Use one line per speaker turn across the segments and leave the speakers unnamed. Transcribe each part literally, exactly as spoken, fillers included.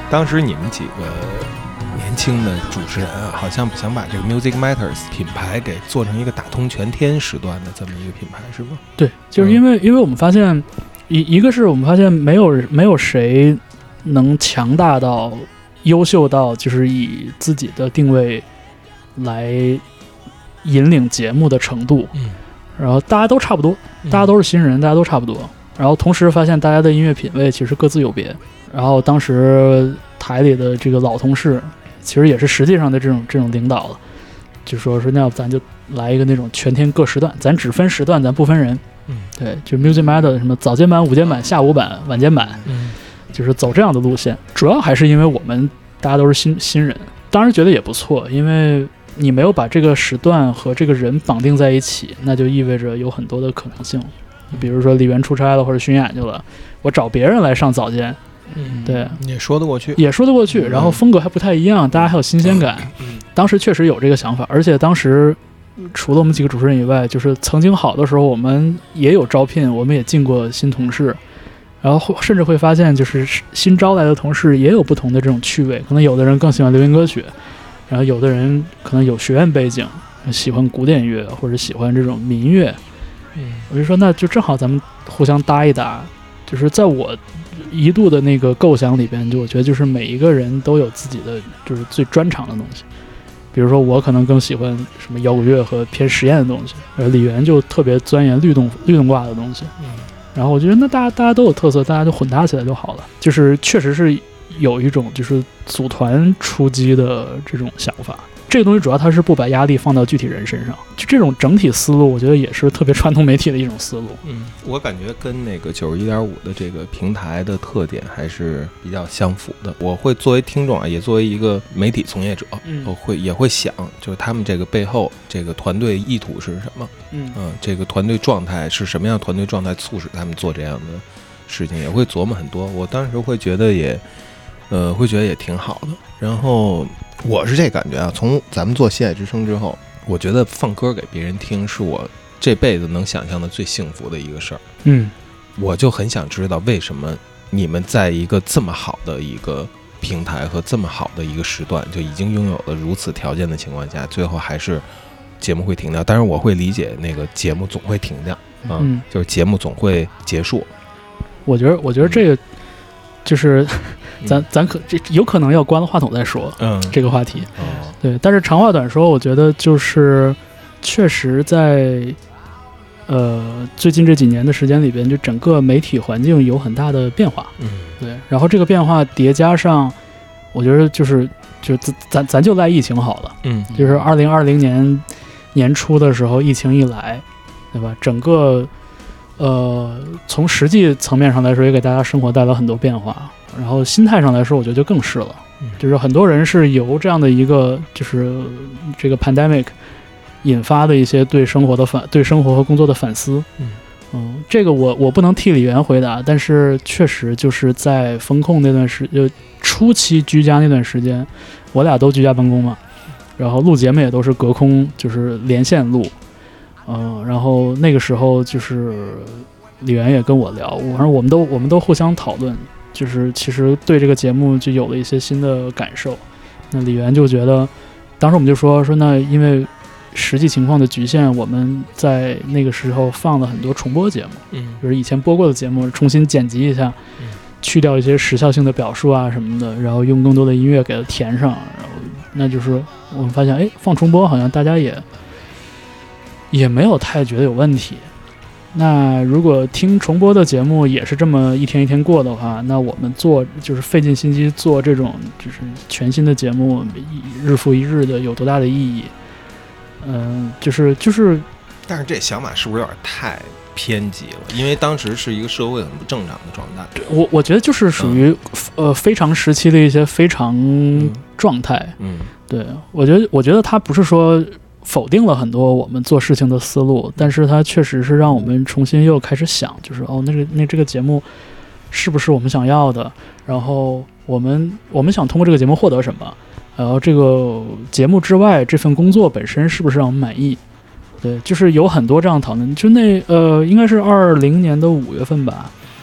当时你们几个年轻的主持人啊，好像想把这个 Music Matters 品牌给做成一个打通全天时段的这么一个品牌，是吧？
对，就是因为、嗯、因为我们发现一一个是我们发现没有没有谁能强大到优秀到就是以自己的定位来引领节目的程度，
嗯，
然后大家都差不多，大家都是新人，大家都差不多，然后同时发现大家的音乐品味其实各自有别，然后当时台里的这个老同事其实也是实际上的这种这种领导了，就说是那要不咱就来一个那种全天各时段，咱只分时段，咱不分人，
嗯，
对，就 Music Matter 什么早间版、午间版、下午版、晚间版，
嗯，
就是走这样的路线，主要还是因为我们大家都是新新人，当然觉得也不错，因为你没有把这个时段和这个人绑定在一起，那就意味着有很多的可能性。比如说李源出差了或者巡演去了，我找别人来上早间，
嗯，
对，
也说得过去，
也说得过去。然后风格还不太一样，大家还有新鲜感。
嗯，
当时确实有这个想法，而且当时除了我们几个主持人以外，就是曾经好的时候，我们也有招聘，我们也进过新同事。然后甚至会发现，就是新招来的同事也有不同的这种趣味，可能有的人更喜欢流行歌曲，然后有的人可能有学院背景，喜欢古典乐或者喜欢这种民乐。
嗯，
我就说那就正好咱们互相搭一搭，就是在我一度的那个构想里边，就我觉得就是每一个人都有自己的就是最专长的东西。比如说我可能更喜欢什么摇滚乐和偏实验的东西，而李源就特别钻研律动律动挂的东西。
嗯，
然后我觉得那大家大家都有特色，大家就混搭起来就好了。就是确实是有一种就是组团出击的这种想法。这个东西主要它是不把压力放到具体人身上，就这种整体思路，我觉得也是特别传统媒体的一种思路。
嗯，我感觉跟那个九十一点五的这个平台的特点还是比较相符的。我会作为听众啊，也作为一个媒体从业者，
嗯，
我会也会想，就是他们这个背后这个团队意图是什么？
嗯
嗯，这个团队状态是什么样的团队状态促使他们做这样的事情，也会琢磨很多。我当时会觉得也，呃，会觉得也挺好的。然后我是这感觉啊，从咱们做西海之声之后，我觉得放歌给别人听是我这辈子能想象的最幸福的一个事儿。
嗯，
我就很想知道为什么你们在一个这么好的一个平台和这么好的一个时段就已经拥有了如此条件的情况下，最后还是节目会停掉。当然我会理解那个节目总会停掉啊，
嗯，
就是节目总会结束。
我觉得我觉得这个就是咱咱可这有可能要关了话筒再说，
嗯，
这个话题。
哦，
对，但是长话短说，我觉得就是确实在呃最近这几年的时间里边，就整个媒体环境有很大的变化。
嗯，
对，然后这个变化叠加上，我觉得就是就咱咱咱就赖疫情好了。
嗯，
就是二零二零年年初的时候，疫情一来，对吧？整个呃从实际层面上来说，也给大家生活带来很多变化。然后心态上来说，我觉得就更是了。就是很多人是由这样的一个就是这个 pandemic 引发的一些对生活的反对生活和工作的反思。
嗯
嗯，这个我我不能替李源回答，但是确实就是在风控那段时就初期居家那段时间，我俩都居家办公嘛，然后录节目也都是隔空就是连线录。嗯，然后那个时候就是李源也跟我聊，反正我们都我们都互相讨论。就是其实对这个节目就有了一些新的感受。那李源就觉得，当时我们就说说那因为实际情况的局限，我们在那个时候放了很多重播节目，
嗯，
就是以前播过的节目重新剪辑一下，
嗯，
去掉一些时效性的表述啊什么的，然后用更多的音乐给它填上。然后那就是我们发现，哎，放重播好像大家也也没有太觉得有问题。那如果听重播的节目也是这么一天一天过的话，那我们做就是费尽心机做这种就是全新的节目，日复一日的有多大的意义？嗯、呃，就是就是，
但是这想法是不是有点太偏激了？因为当时是一个社会很不正常的状态。
我我觉得就是属于、嗯、呃非常时期的一些非常状态。
嗯，
对，我觉得我觉得它不是说否定了很多我们做事情的思路，但是它确实是让我们重新又开始想，就是哦，那个那这个节目是不是我们想要的？然后我们我们想通过这个节目获得什么？然后这个节目之外，这份工作本身是不是让我们满意？对，就是有很多这样讨论。就那呃，应该是二零年的五月份吧，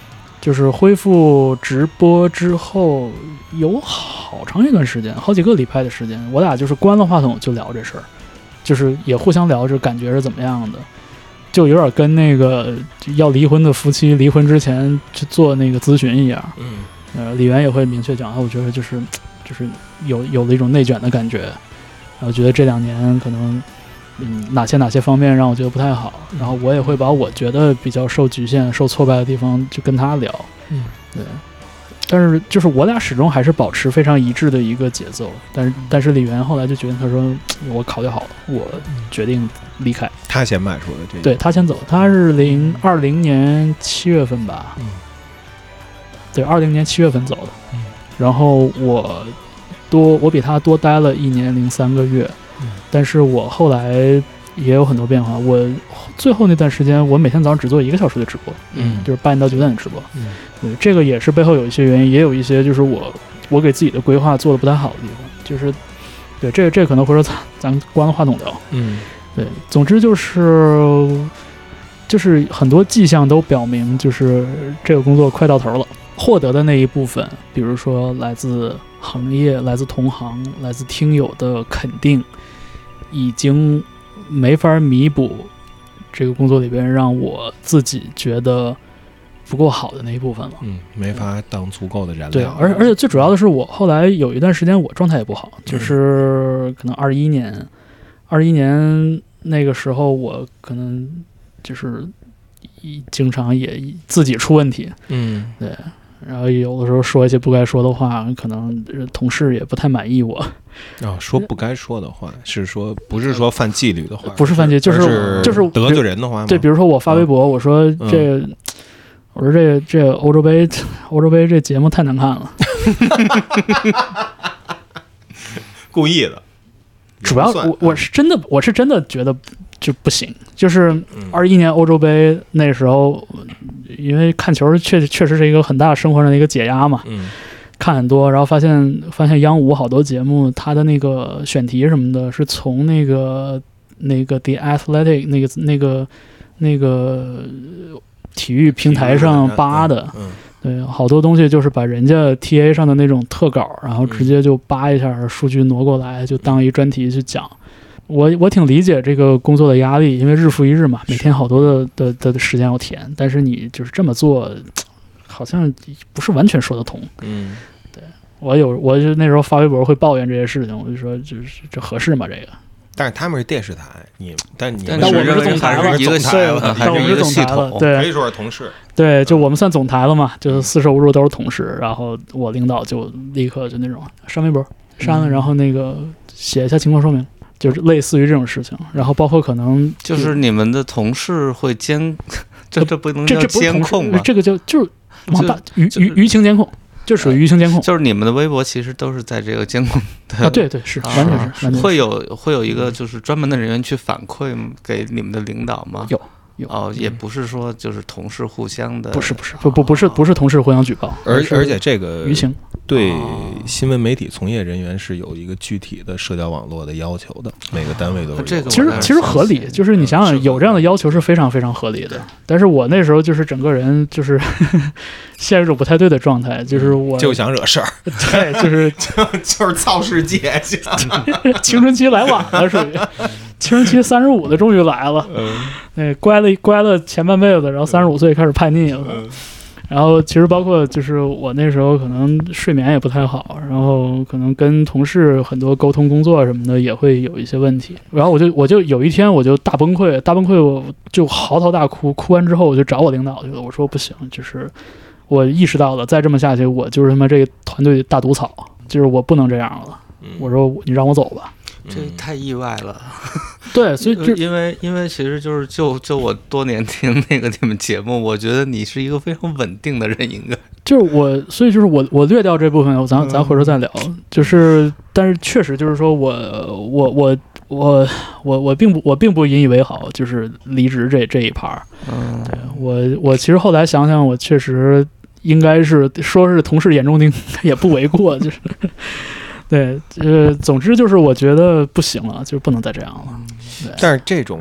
就是恢复直播之后，有好长一段时间，好几个礼拜的时间，我俩就是关了话筒就聊这事儿，就是也互相聊着感觉是怎么样的，就有点跟那个要离婚的夫妻离婚之前去做那个咨询一样。
嗯，
呃，李媛也会明确讲，我觉得就是就是有有了一种内卷的感觉，然后觉得这两年可能。嗯，哪些哪些方面让我觉得不太好，然后我也会把我觉得比较受局限、受挫败的地方就跟他聊。
嗯，
对。但是就是我俩始终还是保持非常一致的一个节奏，但是但是李媛后来就决定，他说我考虑好了，我决定离开。
他先迈出的这个，
对他先走，他是零二零年七月份吧？
嗯，
对，二零年七月份走的。
嗯，
然后我多我比他多待了一年零三个月。但是我后来也有很多变化。我最后那段时间，我每天早上只做一个小时的直播，
嗯，
就是八点到九点的直播。
嗯，
对，这个也是背后有一些原因，也有一些就是我我给自己的规划做的不太好的地方，就是对这个这个可能回头咱咱关了话筒聊。
嗯，
对，总之就是就是很多迹象都表明，就是这个工作快到头了。获得的那一部分，比如说来自行业、来自同行、来自听友的肯定，已经没法弥补这个工作里边让我自己觉得不够好的那一部分了。
嗯，没法当足够的燃料。
对，而而且最主要的是，我后来有一段时间我状态也不好，就是可能二一年，二一年那个时候我可能就是经常也自己出问题。
嗯，
对。然后有的时候说一些不该说的话，可能同事也不太满意我。
哦，说不该说的话，是说不是说犯纪律的话，
不是犯纪律，就是就是
得罪人的话吗？
对，比如说我发微博，嗯、我说这，嗯、我说这这欧洲杯，欧洲杯这节目太难看了，
故意的。
主要我我是真的我是真的觉得就不行，就是二一年欧洲杯那时候。因为看球确确实是一个很大生活上的一个解压嘛，
嗯，
看很多，然后发现发现央五好多节目，它的那个选题什么的，是从那个那个 The Athletic 那个那个那个体育平台上扒的，
嗯，
对，好多东西就是把人家 T A 上的那种特稿，然后直接就扒一下数据挪过来，就当一专题去讲。我我挺理解这个工作的压力，因为日复一日嘛，每天好多的的的的时间要填，但是你就是这么做，好像不是完全说得通。
嗯，
对，我有我就那时候发微博会抱怨这些事情，我就说就是这合适吗？这个。
但是他们是电视台，你但你
但我们是总台了，
一个
台
了，但我们是总台了，对，
可以说是同事。
对，就我们算总台了嘛，就是四舍五入都是同事，然后我领导就立刻就那种删微博删了，然后那个写一下情况说明。就是类似于这种事情，然后包括可能
就是你们的同事会监，这这不能叫监控吗？
这个就就是往大舆舆舆情监控，就属于舆情监控。
就是你们的微博其实都是在这个监控的
啊，对对是，完全是。完全是
会有会有一个就是专门的人员去反馈给你们的领导吗？
有有
哦，也不是说就是同事互相的，
不是不是不不不是不是同事互相举报，
而而且这个
舆情。
对新闻媒体从业人员是有一个具体的社交网络的要求的，每个单位都有。
这个
其实其实合理，就是你想想有这样的要求是非常非常合理的。但是我那时候就是整个人就是陷入一种不太对的状态，就是我
就想惹事儿，
对，就是
就就是造世界，
青春期来晚了，属于青春期三十五的终于来了，
嗯，
对，乖了乖了前半辈子，然后三十五岁开始叛逆了。
嗯，
然后其实包括就是我那时候可能睡眠也不太好，然后可能跟同事很多沟通工作什么的也会有一些问题。然后我就我就有一天我就大崩溃，大崩溃我就嚎啕大哭，哭完之后我就找我领导去了，我说不行，就是我意识到了再这么下去我就是他妈这个团队大毒草，就是我不能这样了。我说你让我走吧。
这太意外了，
对，所以就
因为因为其实就是就就我多年听那个你们节目，我觉得你是一个非常稳定的人，应该
就是我，所以就是我我略掉这部分，咱咱回头再聊。就是但是确实就是说我我我我我我并不我并不引以为豪，就是离职这这一趴。
嗯，
对我我其实后来想想，我确实应该是说是同事眼中钉也不为过，就是。对，呃，总之就是我觉得不行了，就是不能再这样了。对，
但是这种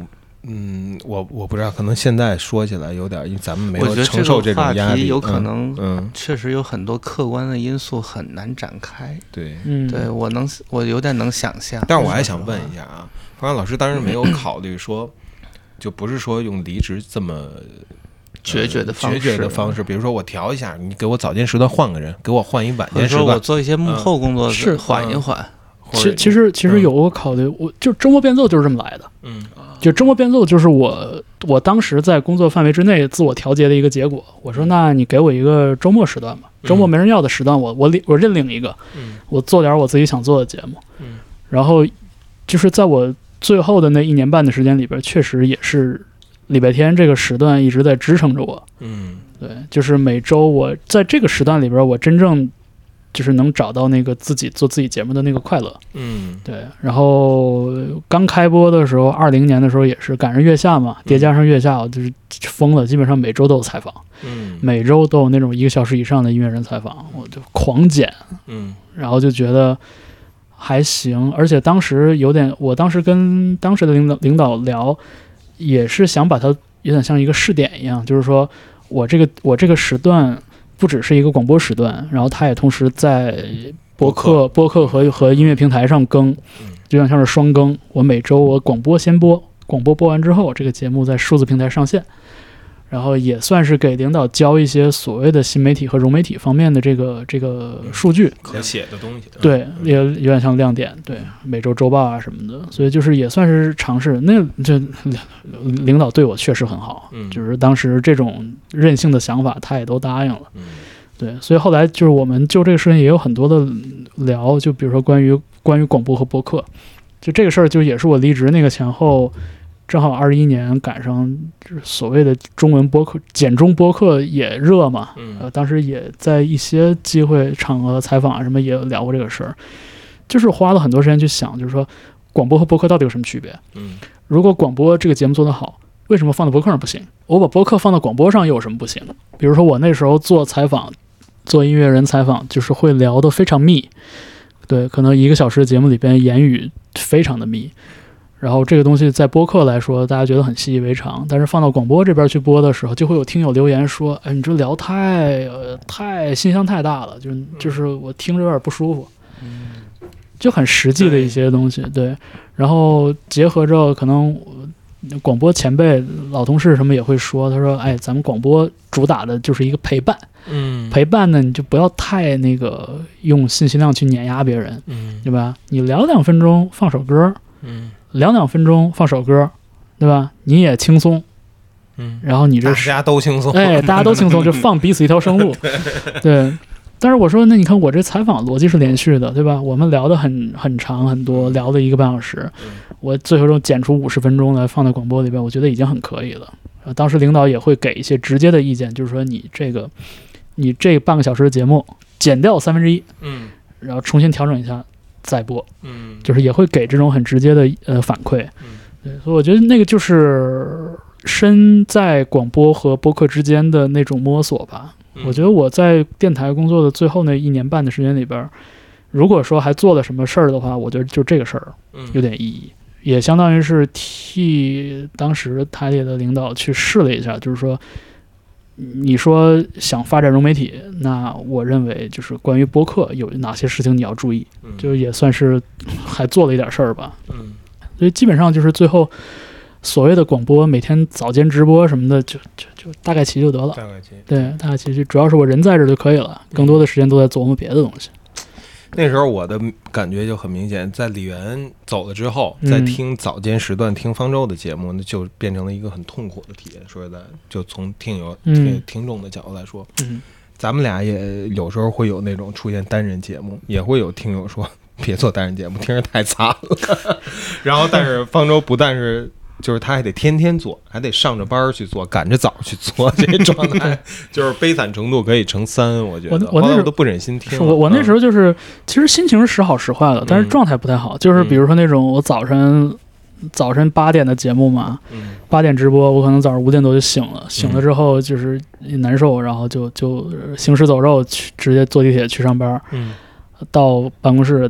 嗯，我我不知道，可能现在说起来有点，因为咱们没有
我觉得
承受这
这个话
种压力，
题有可能，
嗯，
确实有很多客观的因素很难展开。
对，
嗯，
对我能，我有点能想象。
但是我还想问一下啊，方刚老师当时没有考虑说，就不是说用离职这么
决绝的方式，
决绝的方式，比如说我调一下，你给我早间时段换个人，给我换一晚间时段，
或者说我做一些幕后工作
是
缓一缓。
其其实其实有过考虑，我就周末变奏就是这么来的。
嗯，
就周末变奏就是我我当时在工作范围之内自我调节的一个结果。我说，那你给我一个周末时段吧，周末没人要的时段，我我我认领一个，我做点我自己想做的节目。
嗯，
然后就是在我最后的那一年半的时间里边，确实也是礼拜天这个时段一直在支撑着我。
嗯，
对，就是每周我在这个时段里边，我真正就是能找到那个自己做自己节目的那个快乐。
嗯，
对。然后刚开播的时候，二零年的时候也是赶上月下嘛，叠加上月下，我就是疯了，基本上每周都有采访，
嗯，
每周都有那种一个小时以上的音乐人采访，我就狂剪，
嗯，
然后就觉得还行，而且当时有点，我当时跟当时的领导领导聊，也是想把它有点像一个试点一样，就是说我这个我这个时段不只是一个广播时段，然后它也同时在播客、播客和和音乐平台上更，就像像是双更。我每周我广播先播，广播播完之后，这个节目在数字平台上线，然后也算是给领导教一些所谓的新媒体和融媒体方面的这个这个数据
可写的东西。
对，也有点像亮点，对，每周周报啊什么的，所以就是也算是尝试。那这领导对我确实很好，
嗯，
就是当时这种任性的想法他也都答应了，
嗯，
对，所以后来就是我们就这个事情也有很多的聊，就比如说关于关于广播和播客，就这个事儿就也是我离职那个前后。正好二一年赶上就是所谓的中文播客简中播客也热嘛，
嗯，
呃，当时也在一些机会场合采访啊什么也有聊过这个事儿，就是花了很多时间去想，就是说广播和播客到底有什么区别？
嗯，
如果广播这个节目做得好，为什么放到播客上不行？我把播客放到广播上又有什么不行？比如说我那时候做采访，做音乐人采访，就是会聊得非常密，对，可能一个小时的节目里边言语非常的密。然后这个东西在播客来说，大家觉得很习以为常，但是放到广播这边去播的时候，就会有听友留言说：“哎，你这聊太呃太信箱太大了，就是就是我听着有点不舒服。”就很实际的一些东西，对。然后结合着可能广播前辈、老同事什么也会说，他说：“哎，咱们广播主打的就是一个陪伴，
嗯，
陪伴呢，你就不要太那个用信息量去碾压别人，
嗯，
对吧？你聊两分钟放首歌，
嗯。”
两两分钟放首歌，对吧？你也轻松，
嗯，
然后你这
大家都轻松，
哎，大家都轻松，就放彼此一条生路，对。但是我说，那你看我这采访逻辑是连续的，对吧？我们聊得很很长很多，聊了一个半小时，我最后剪出五十分钟来放在广播里边，我觉得已经很可以了。当时领导也会给一些直接的意见，就是说你这个你这半个小时的节目剪掉三分之一，
嗯，
然后重新调整一下。再播，
嗯，
就是也会给这种很直接的呃反馈，
嗯，
对，所以我觉得那个就是身在广播和播客之间的那种摸索吧。
嗯，
我觉得我在电台工作的最后那一年半的时间里边，如果说还做了什么事儿的话，我觉得就这个事儿有点意义，嗯，也相当于是替当时台里的领导去试了一下，就是说。你说想发展融媒体，那我认为就是关于播客有哪些事情你要注意，
嗯，
就也算是还做了一点事儿吧。
嗯，
所以基本上就是最后所谓的广播，每天早间直播什么的，就就就大概齐就得了。
大概齐，
对，大概齐就主要是我人在这就可以了，更多的时间都在琢磨别的东西。
那时候我的感觉就很明显，在李源走了之后，在听早间时段听方舟的节目，那就变成了一个很痛苦的体验。说实在，就从听友、听听众的角度来说，
嗯，
咱们俩也有时候会有那种出现单人节目，也会有听友说别做单人节目，听着太惨了。然后，但是方舟不但是。就是他还得天天做，还得上着班去做，赶着早去做，这状态就是悲惨程度可以乘三。我觉得
我我那时候
都不忍心听。
我我那时候就是，嗯、其实心情是时好时坏的，但是状态不太好。嗯、就是比如说那种我早晨早晨八点的节目嘛，八、嗯、点直播，我可能早上五点多就醒了，醒了之后就是难受，然后就就行尸走肉去直接坐地铁去上班。嗯，到办公室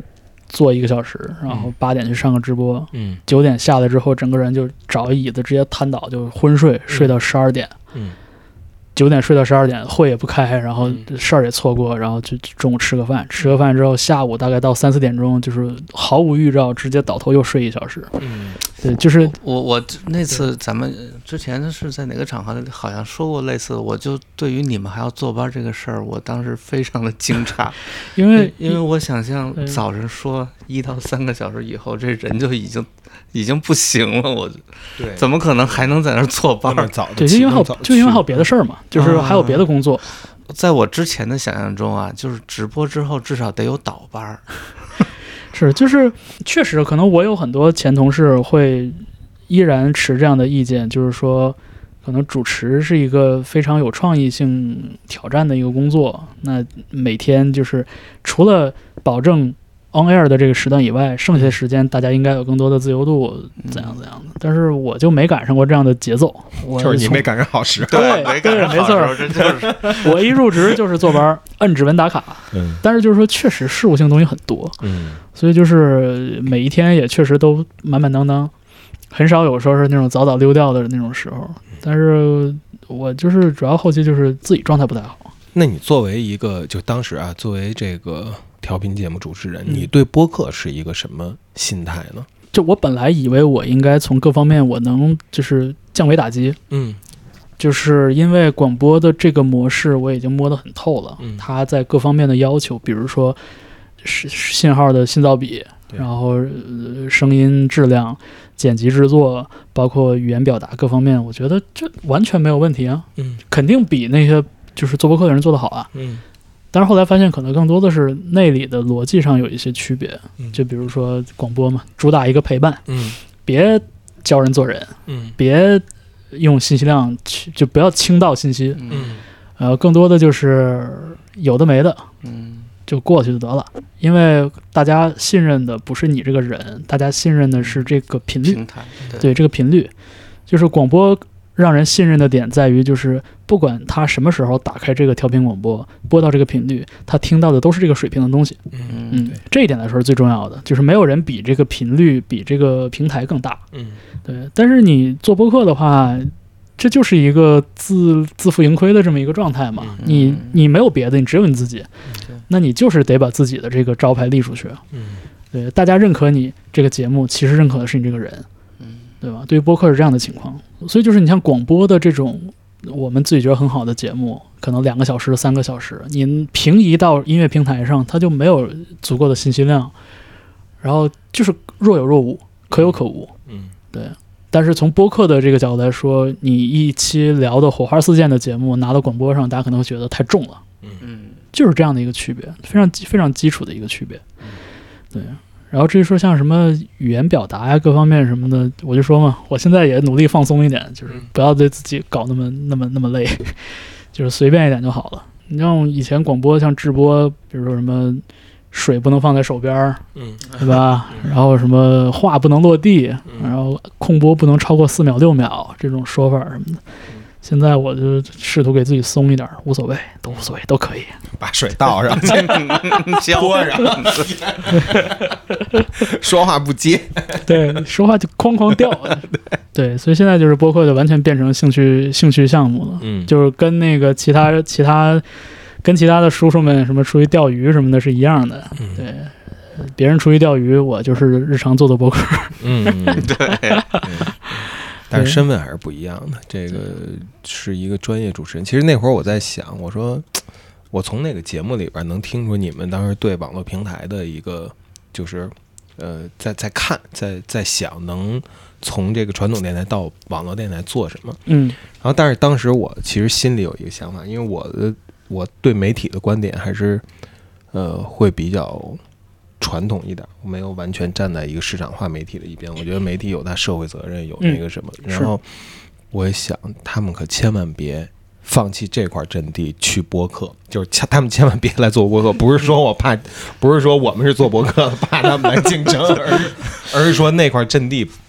做一个小时，然后八点去上个直播，
嗯，
九点下来之后，整个人就找椅子直接瘫倒，就昏睡，睡到十二点，
嗯。
九点睡到十二点，会也不开，然后事儿也错过，然后就中午吃个饭，吃个饭之后，下午大概到三四点钟，就是毫无预兆，直接倒头又睡一小时。
嗯，
对，就是
我我那次咱们之前是在哪个场合里好像说过类似，我就对于你们还要坐班这个事儿，我当时非常的惊诧，
因为
因为我想象早晨说一到三个小时以后，这人就已经已经不行了，我
对，
怎么可能还能在那儿坐班？
对，就因为还有就因为还有别的事儿嘛，就是还有别的工作。
啊、在我之前的想象中啊，就是直播之后至少得有倒班。
是，就是确实可能我有很多前同事会依然持这样的意见，就是说可能主持是一个非常有创意性挑战的一个工作，那每天就是除了保证on air 的这个时段以外，剩下的时间大家应该有更多的自由度，怎样怎样的。但是我就没赶上过这样的节奏，我
就是你没赶上好时候，
对，
没赶上好时候，这就是
我一入职就是坐班，摁指纹打卡。
嗯，
但是就是说，确实事务性东西很多，
嗯，
所以就是每一天也确实都满满当当，很少有说是那种早早溜掉的那种时候。但是我就是主要后期就是自己状态不太好。
那你作为一个就当时啊，作为这个调频节目主持人，你对播客是一个什么心态呢？
就我本来以为我应该从各方面我能就是降维打击，
嗯，
就是因为广播的这个模式我已经摸得很透了，
嗯，
它在各方面的要求，比如说是信号的信噪比，然后、呃、声音质量、剪辑制作，包括语言表达各方面，我觉得这完全没有问题啊，
嗯，
肯定比那些就是做播客的人做得好啊，
嗯。
但是后来发现，可能更多的是内里的逻辑上有一些区别，
嗯，
就比如说广播嘛，主打一个陪伴，
嗯，
别教人做人，
嗯，
别用信息量去，就不要倾倒信息，
嗯，
呃，更多的就是有的没的，
嗯，
就过去就得了，因为大家信任的不是你这个人，大家信任的是这个频率，
平台，对，
对这个频率，就是广播让人信任的点在于，就是不管他什么时候打开这个调频广播，播到这个频率，他听到的都是这个水平的东西。
嗯
嗯，这一点来说是最重要的，就是没有人比这个频率比这个平台更大。
嗯，
对。但是你做播客的话，这就是一个自自负盈亏的这么一个状态嘛。
嗯、
你你没有别的，你只有你自己，
嗯、
那你就是得把自己的这个招牌立出去。
嗯，
对，大家认可你这个节目，其实认可的是你这个人。对吧？对于播客是这样的情况，所以就是你像广播的这种我们自己觉得很好的节目，可能两个小时、三个小时，你平移到音乐平台上，它就没有足够的信息量，然后就是若有若无，可有可无。
嗯，对。
但是从播客的这个角度来说，你一期聊的火花四溅的节目拿到广播上，大家可能会觉得太重了。
嗯，
就是这样的一个区别，非常非常基础的一个区别。对。然后至于说像什么语言表达呀各方面什么的，我就说嘛，我现在也努力放松一点，就是不要对自己搞那么那么那么累，就是随便一点就好了。你像以前广播像直播，比如说什么水不能放在手边，嗯，对吧？然后什么话不能落地，然后空播不能超过四秒六秒这种说法什么的。现在我就试图给自己松一点，无所谓，都无所谓，都可以。把水倒上，
泼上，说话不接，
对，说话就哐哐掉。对，所以现在就是播客就完全变成兴趣兴趣项目了，嗯，就是跟那个其他其他跟其他的叔叔们什么出去钓鱼什么的是一样的，嗯、对。别人出去钓鱼，我就是日常做做播客。
嗯，对。但是身份还是不一样的，这个是一个专业主持人。其实那会儿我在想，我说我从那个节目里边能听出你们当时对网络平台的一个就是呃在在看在在想能从这个传统电台到网络电台做什么。嗯，然后但是当时我其实心里有一个想法，因为我的我对媒体的观点还是呃会比较传统一点，我没有完全站在一个市场化媒体的一边。我觉得媒体有它社会责任，有那个什么。嗯、然后我也想，他们可千万别放弃这块阵地去播客，就是他们千万别来做播客。不是说我怕，不是说我们是做播客的怕他们来竞争，而而是说那块阵地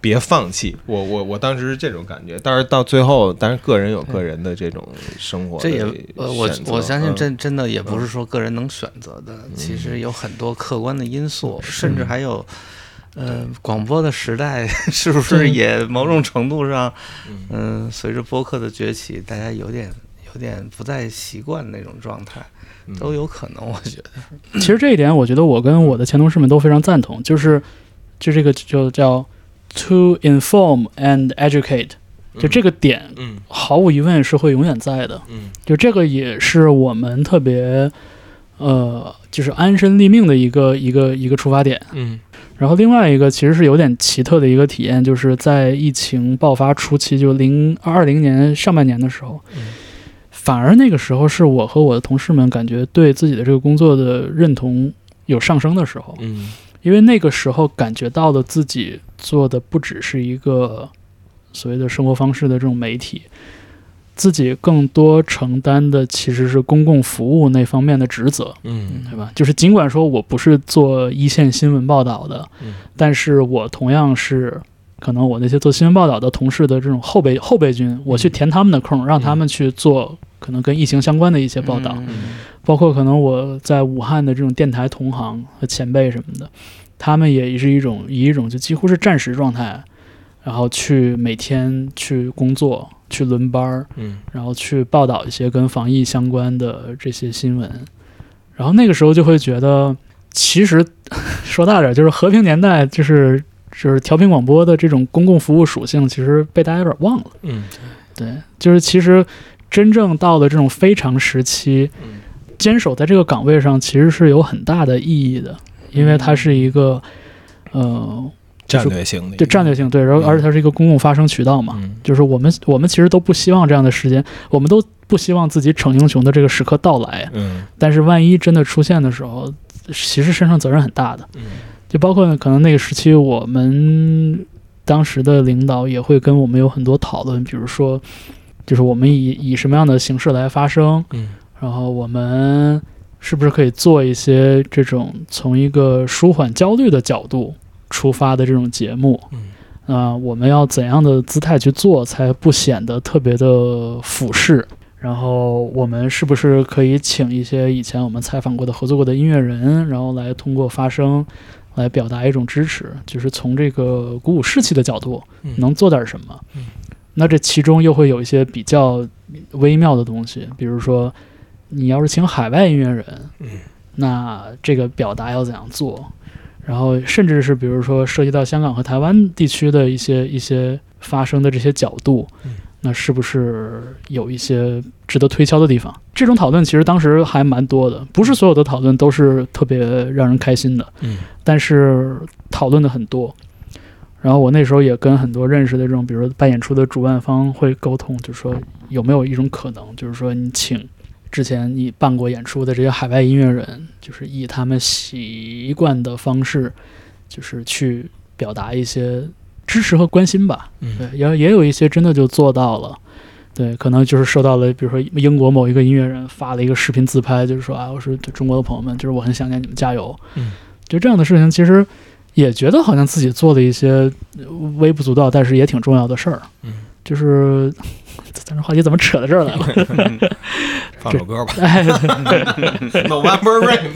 别放弃。我我我当时是这种感觉，但是到最后，当然个人有个人的这种生活的
这也呃，我我相信真
嗯、
真的也不是说个人能选择的，嗯、其实有很多客观的因素，
嗯、
甚至还有。呃，广播的时代是不是也某种程度上，嗯、呃，随着播客的崛起，大家有点有点不再习惯那种状态，都有可能。我觉得，
其实这一点，我觉得我跟我的前同事们都非常赞同，就是就这个就叫 to inform and educate， 就这个点，嗯，毫无疑问是会永远在的，嗯，就这个也是我们特别呃，就是安身立命的一个一个一个出发点，嗯。然后另外一个其实是有点奇特的一个体验，就是在疫情爆发初期，就零二零年上半年的时候，嗯、反而那个时候是我和我的同事们感觉对自己的这个工作的认同有上升的时候，嗯，因为那个时候感觉到了自己做的不只是一个所谓的生活方式的这种媒体。自己更多承担的其实是公共服务那方面的职责，嗯，对吧？就是尽管说我不是做一线新闻报道的，嗯，但是我同样是可能我那些做新闻报道的同事的这种后备后备军，我去填他们的空，嗯、让他们去做可能跟疫情相关的一些报道，嗯、包括可能我在武汉的这种电台同行和前辈什么的，他们也是一种以一种就几乎是战时状态，然后去每天去工作。去轮班，嗯，然后去报道一些跟防疫相关的这些新闻，然后那个时候就会觉得，其实说大点，就是和平年代，就是就是调频广播的这种公共服务属性，其实被大家有点忘了，嗯，对，就是其实真正到了这种非常时期，嗯，坚守在这个岗位上，其实是有很大的意义的，因为它是一个，呃。
战略性的，
对战略性，对，然后而且它是一个公共发声渠道嘛，嗯、就是我们我们其实都不希望这样的时间，我们都不希望自己逞英雄的这个时刻到来，嗯，但是万一真的出现的时候，其实身上责任很大的，嗯，就包括可能那个时期，我们当时的领导也会跟我们有很多讨论，比如说，就是我们以以什么样的形式来发声，嗯，然后我们是不是可以做一些这种从一个舒缓焦虑的角度出发的这种节目，嗯，啊、呃，我们要怎样的姿态去做，才不显得特别的俯视？然后我们是不是可以请一些以前我们采访过的、合作过的音乐人，然后来通过发声来表达一种支持？就是从这个鼓舞士气的角度，能做点什么？嗯，那这其中又会有一些比较微妙的东西，比如说，你要是请海外音乐人，嗯，那这个表达要怎样做？然后甚至是比如说涉及到香港和台湾地区的一些一些发生的这些角度，嗯、那是不是有一些值得推敲的地方？这种讨论其实当时还蛮多的，不是所有的讨论都是特别让人开心的，嗯，但是讨论的很多。然后我那时候也跟很多认识的这种，比如说办演出的主办方会沟通，就是说有没有一种可能，就是说你请之前你办过演出的这些海外音乐人，就是以他们习惯的方式，就是去表达一些支持和关心吧。嗯，对，也也有一些真的就做到了。对，可能就是收到了，比如说英国某一个音乐人发了一个视频自拍，就是说啊，我是中国的朋友们，就是我很想念你们，加油。嗯，就这样的事情，其实也觉得好像自己做了一些微不足道，但是也挺重要的事儿。嗯，就是咱这话题怎么扯到这儿来了？
放首歌吧。November Rain。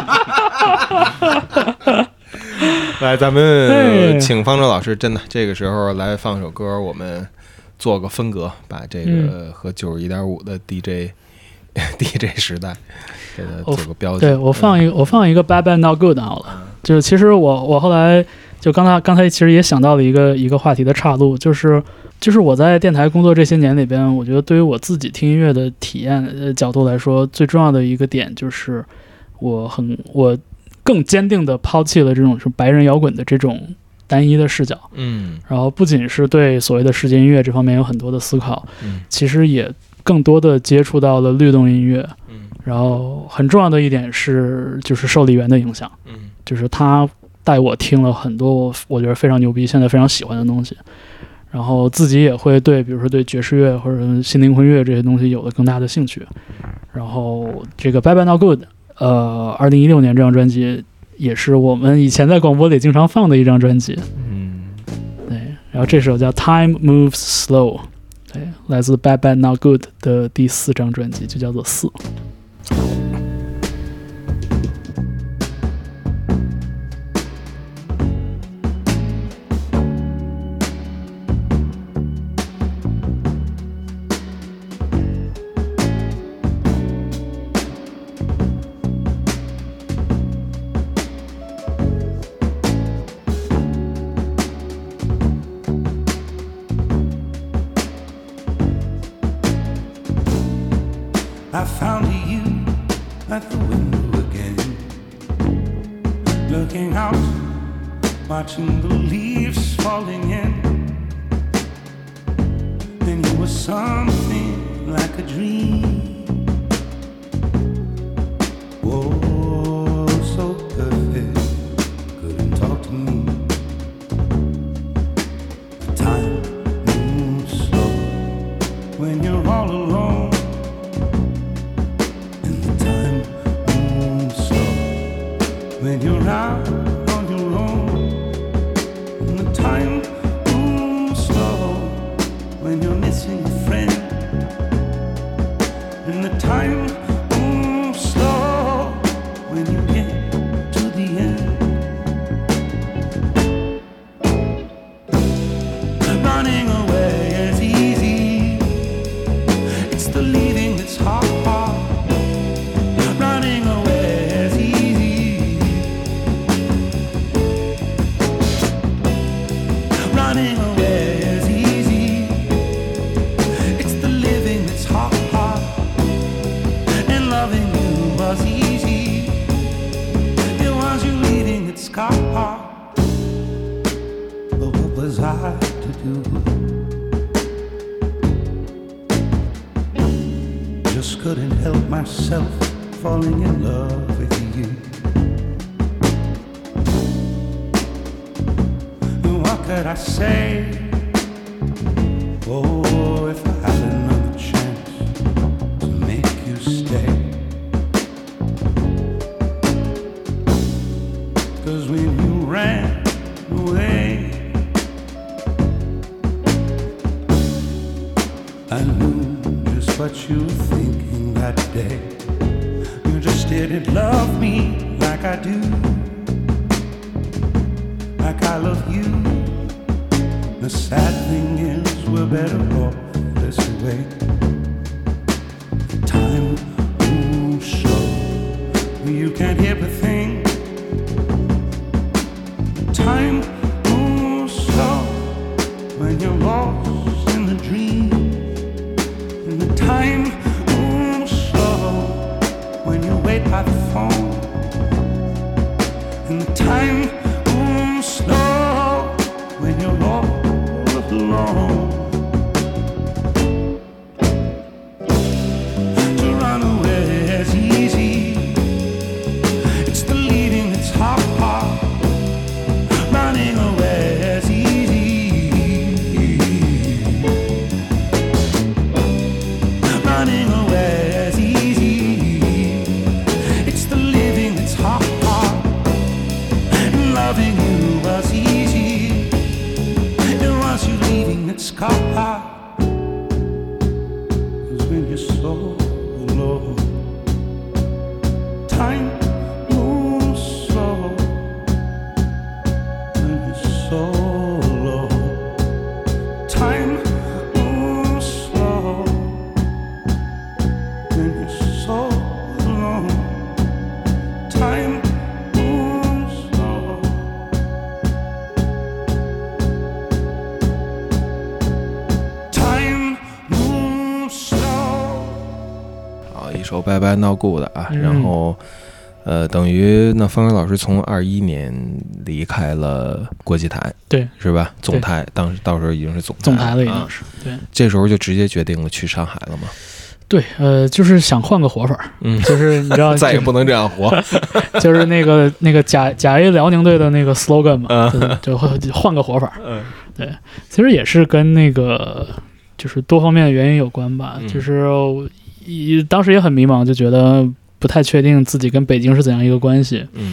来，咱们请方舟老师，真的这个时候来放首歌，我们做个分隔，把这个和九十一点五的 D J、嗯、D J 时代给它做个标记。
对，我放一个，我放一个 Bad Bad Not Good 好了。就是其实我我后来就刚才刚才其实也想到了一个一个话题的岔路，就是就是我在电台工作这些年里边，我觉得对于我自己听音乐的体验呃角度来说，最重要的一个点就是我很我更坚定的抛弃了这种是白人摇滚的这种单一的视角，嗯，然后不仅是对所谓的世界音乐这方面有很多的思考，嗯，其实也更多的接触到了律动音乐，嗯，然后很重要的一点是就是受理员的影响，嗯，就是他带我听了很多我我觉得非常牛逼现在非常喜欢的东西，然后自己也会对比如说对爵士乐或者新灵魂乐这些东西有了更大的兴趣，然后这个 Bad Bad Not Good呃二零一六年这张专辑也是我们以前在广播里经常放的一张专辑，嗯，对， 然后这首叫 Time Moves Slow， 对，来自 Bad Bad Not Good 的第四张专辑，就叫做四。
I found you at the window again, looking out, watching the leaves falling in. Then you were something like a dream. Oh, so perfect, couldn't talk to me. The time moves slow when you're all alone. When you're out on your own, and the time moves slow when you're missing a friend, and the time moves slow when you get to the end. Running away is easy, it's the leaving that's hard. Running away is easy, running away is easy, it's the living that's hard, and loving you was easy, it was you leaving it's hard. But what was I to do? Just couldn't help myself falling in love with you. What could I say? Oh, if I had another chance to make you stay. 'Cause when you ran away, I knew just what you were thinking that day. You just didn't love me like I do, like I love you. The sad thing is we're better off this way. Time moves slow, you can't hear a thing. Time moves slow when you're lost in the dream, and the time moves slow when you wait by the phone, and the time moves slow when you're all alone. To run away is easy, it's the leaving that's hard. Running away is easy, running away is easy, it's the living that's hard, and loving you was easy, it was you leaving that's scar. 'Cause when you're so alone, time moves slow. When you're so alone, time moves slow. When you're so alone, time moves slow. Time moves slow.
好，一首拜拜闹故的啊，
嗯
然后呃，等于那方伟老师从二一年离开了国际台，
对，
是吧？总台，当时到时候已经是总台
总台了已经
啊
是，对
这时候就直接决定了去上海了嘛。
对，呃，就是想换个活法，
嗯，
就是你知道，
再也不能这样活。
就是那个那个甲甲 A 辽宁队的那个 slogan 嘛，
嗯
就就换个活法。
嗯，
对，其实也是跟那个就是多方面的原因有关吧。
嗯
就是一当时也很迷茫，就觉得不太确定自己跟北京是怎样一个关系。
嗯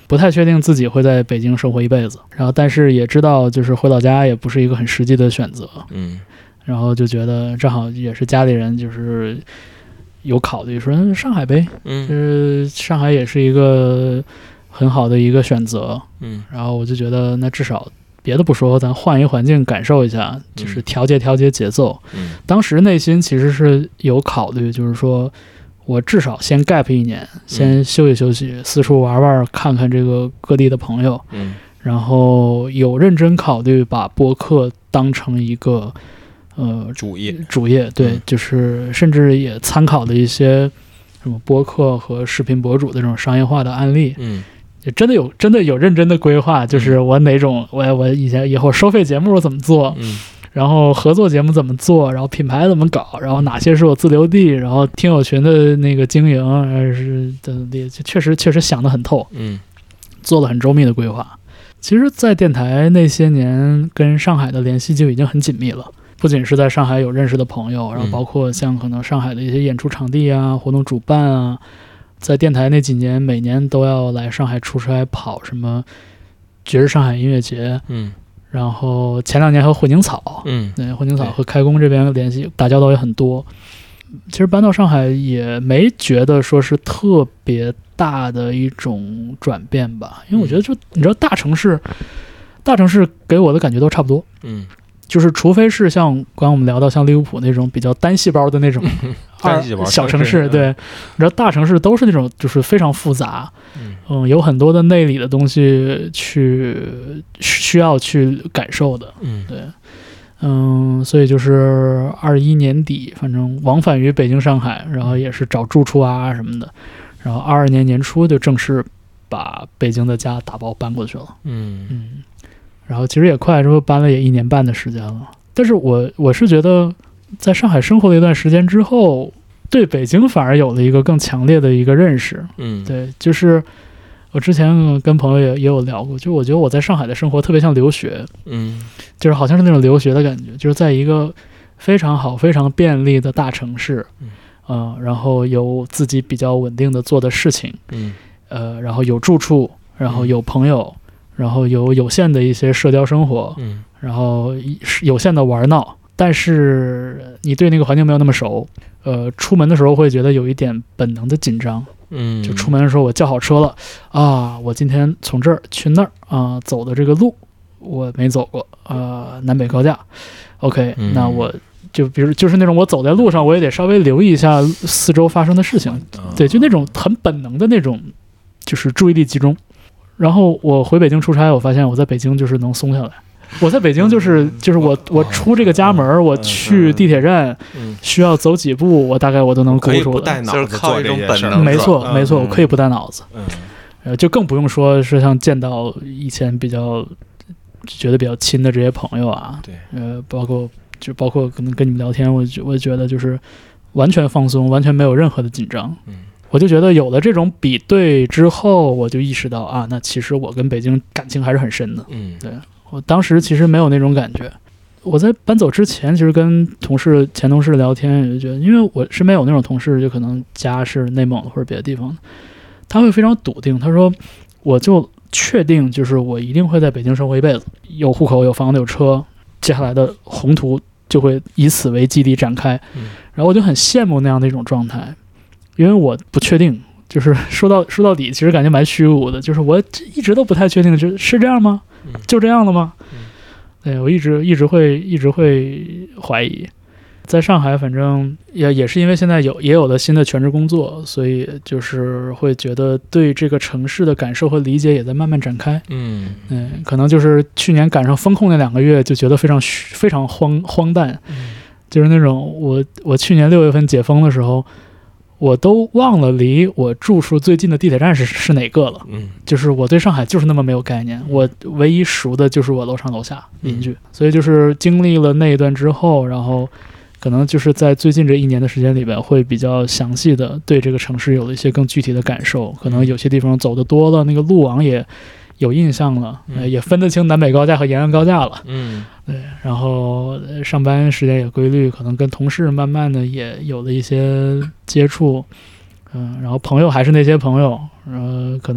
不太确定自己会在北京生活一辈子，然后但是也知道就是回老家也不是一个很实际的选择，
嗯，
然后就觉得正好也是家里人就是有考虑说上海呗，
嗯，
就是上海也是一个很好的一个选择，
嗯，
然后我就觉得那至少别的不说，咱换一环境感受一下，就是调节调节节奏。
嗯，
当时内心其实是有考虑，就是说我至少先 gap 一年，先休息休息，四处玩玩，看看这个各地的朋友，
嗯，
然后有认真考虑把播客当成一个呃
主业
主业，对，
嗯
就是甚至也参考了一些什么播客和视频博主的这种商业化的案例，
嗯，
也真的有真的有认真的规划，就是我哪种我我以前以后收费节目怎么做，
嗯，
然后合作节目怎么做，然后品牌怎么搞，然后哪些是我自留地，然后听友群的那个经营，呃是的，确实确实想得很透，
嗯，
做了很周密的规划。其实，在电台那些年，跟上海的联系就已经很紧密了。不仅是在上海有认识的朋友，然后包括像可能上海的一些演出场地啊、活动主办啊，在电台那几年，每年都要来上海出差跑什么爵士上海音乐节，
嗯，
然后前两年和混凝草，
嗯，
对，混凝草和开工这边联系打交道也很多。其实搬到上海也没觉得说是特别大的一种转变吧，因为我觉得就你知道大城市，大城市给我的感觉都差不多，
嗯，
就是除非是像刚刚我们聊到像利物浦那种比较单细胞的那种
单细胞
小城市，
市
对，你知道大城市都是那种就是非常复杂，
嗯
嗯，有很多的内里的东西去需要去感受的，
嗯，
对。嗯，所以就是二一年底，反正往返于北京、上海，然后也是找住处啊什么的，然后二二年年初就正式把北京的家打包搬过去了。
嗯
嗯，然后其实也快，之后搬了也一年半的时间了。但是我我是觉得，在上海生活了一段时间之后，对北京反而有了一个更强烈的一个认识。
嗯，
对，就是我之前跟朋友也也有聊过，就我觉得我在上海的生活特别像留学，
嗯，
就是好像是那种留学的感觉，就是在一个非常好、非常便利的大城市，
嗯，
呃，然后有自己比较稳定的做的事情，
嗯，
呃，然后有住处，然后有朋友，然后有有限的一些社交生活，
嗯，
然后有限的玩闹，但是你对那个环境没有那么熟，呃，出门的时候会觉得有一点本能的紧张。
嗯，
就出门的时候我叫好车了啊，我今天从这儿去那儿啊，走的这个路我没走过啊，南北高架 OK、嗯、那我就比如就是那种我走在路上我也得稍微留意一下四周发生的事情、嗯、对，就那种很本能的那种就是注意力集中。然后我回北京出差，我发现我在北京就是能松下来，我在北京就是就是我我出这个家门，我去地铁站需要走几步，我大概我都能勾住
不带脑子
做这些事儿，
没错没错，我可以不带脑子，呃，就更不用说是像见到以前比较觉得比较亲的这些朋友啊，
对，
呃，包括就包括可能跟你们聊天，我我觉得就是完全放松，完全没有任何的紧张，嗯。我就觉得有了这种比对之后，我就意识到啊，那其实我跟北京感情还是很深的。嗯，对，我当时其实没有那种感觉。我在搬走之前，其实跟同事、前同事聊天，也就觉得，因为我身边有那种同事，就可能家是内蒙或者别的地方，他会非常笃定，他说，我就确定就是我一定会在北京生活一辈子，有户口、有房子、有车，接下来的宏图就会以此为基地展开。嗯，然后我就很羡慕那样的一种状态。因为我不确定，就是说到说到底，其实感觉蛮虚无的。就是我一直都不太确定，就是这样吗？就这样了吗？对，我一直一直会一直会怀疑。在上海，反正也也是因为现在有也有了新的全职工作，所以就是会觉得对这个城市的感受和理解也在慢慢展开。嗯，嗯，可能就是去年赶上风控那两个月，就觉得非常非常荒荒诞，嗯、就是那种我我去年六月份解封的时候。我都忘了离我住处最近的地铁站是是哪个了，嗯，就是我对上海就是那么没有概念，我唯一熟的就是我楼上楼下邻居，嗯、所以就是经历了那一段之后，然后可能就是在最近这一年的时间里边，会比较详细的对这个城市有了一些更具体的感受，可能有些地方走得多了，那个路网也有印象了，嗯呃、也分得清南北高架和延安高架了，嗯，对，然后上班时间也规律，可能跟同事慢慢的也有了一些接触，嗯、呃，然后朋友还是那些朋友，然后可能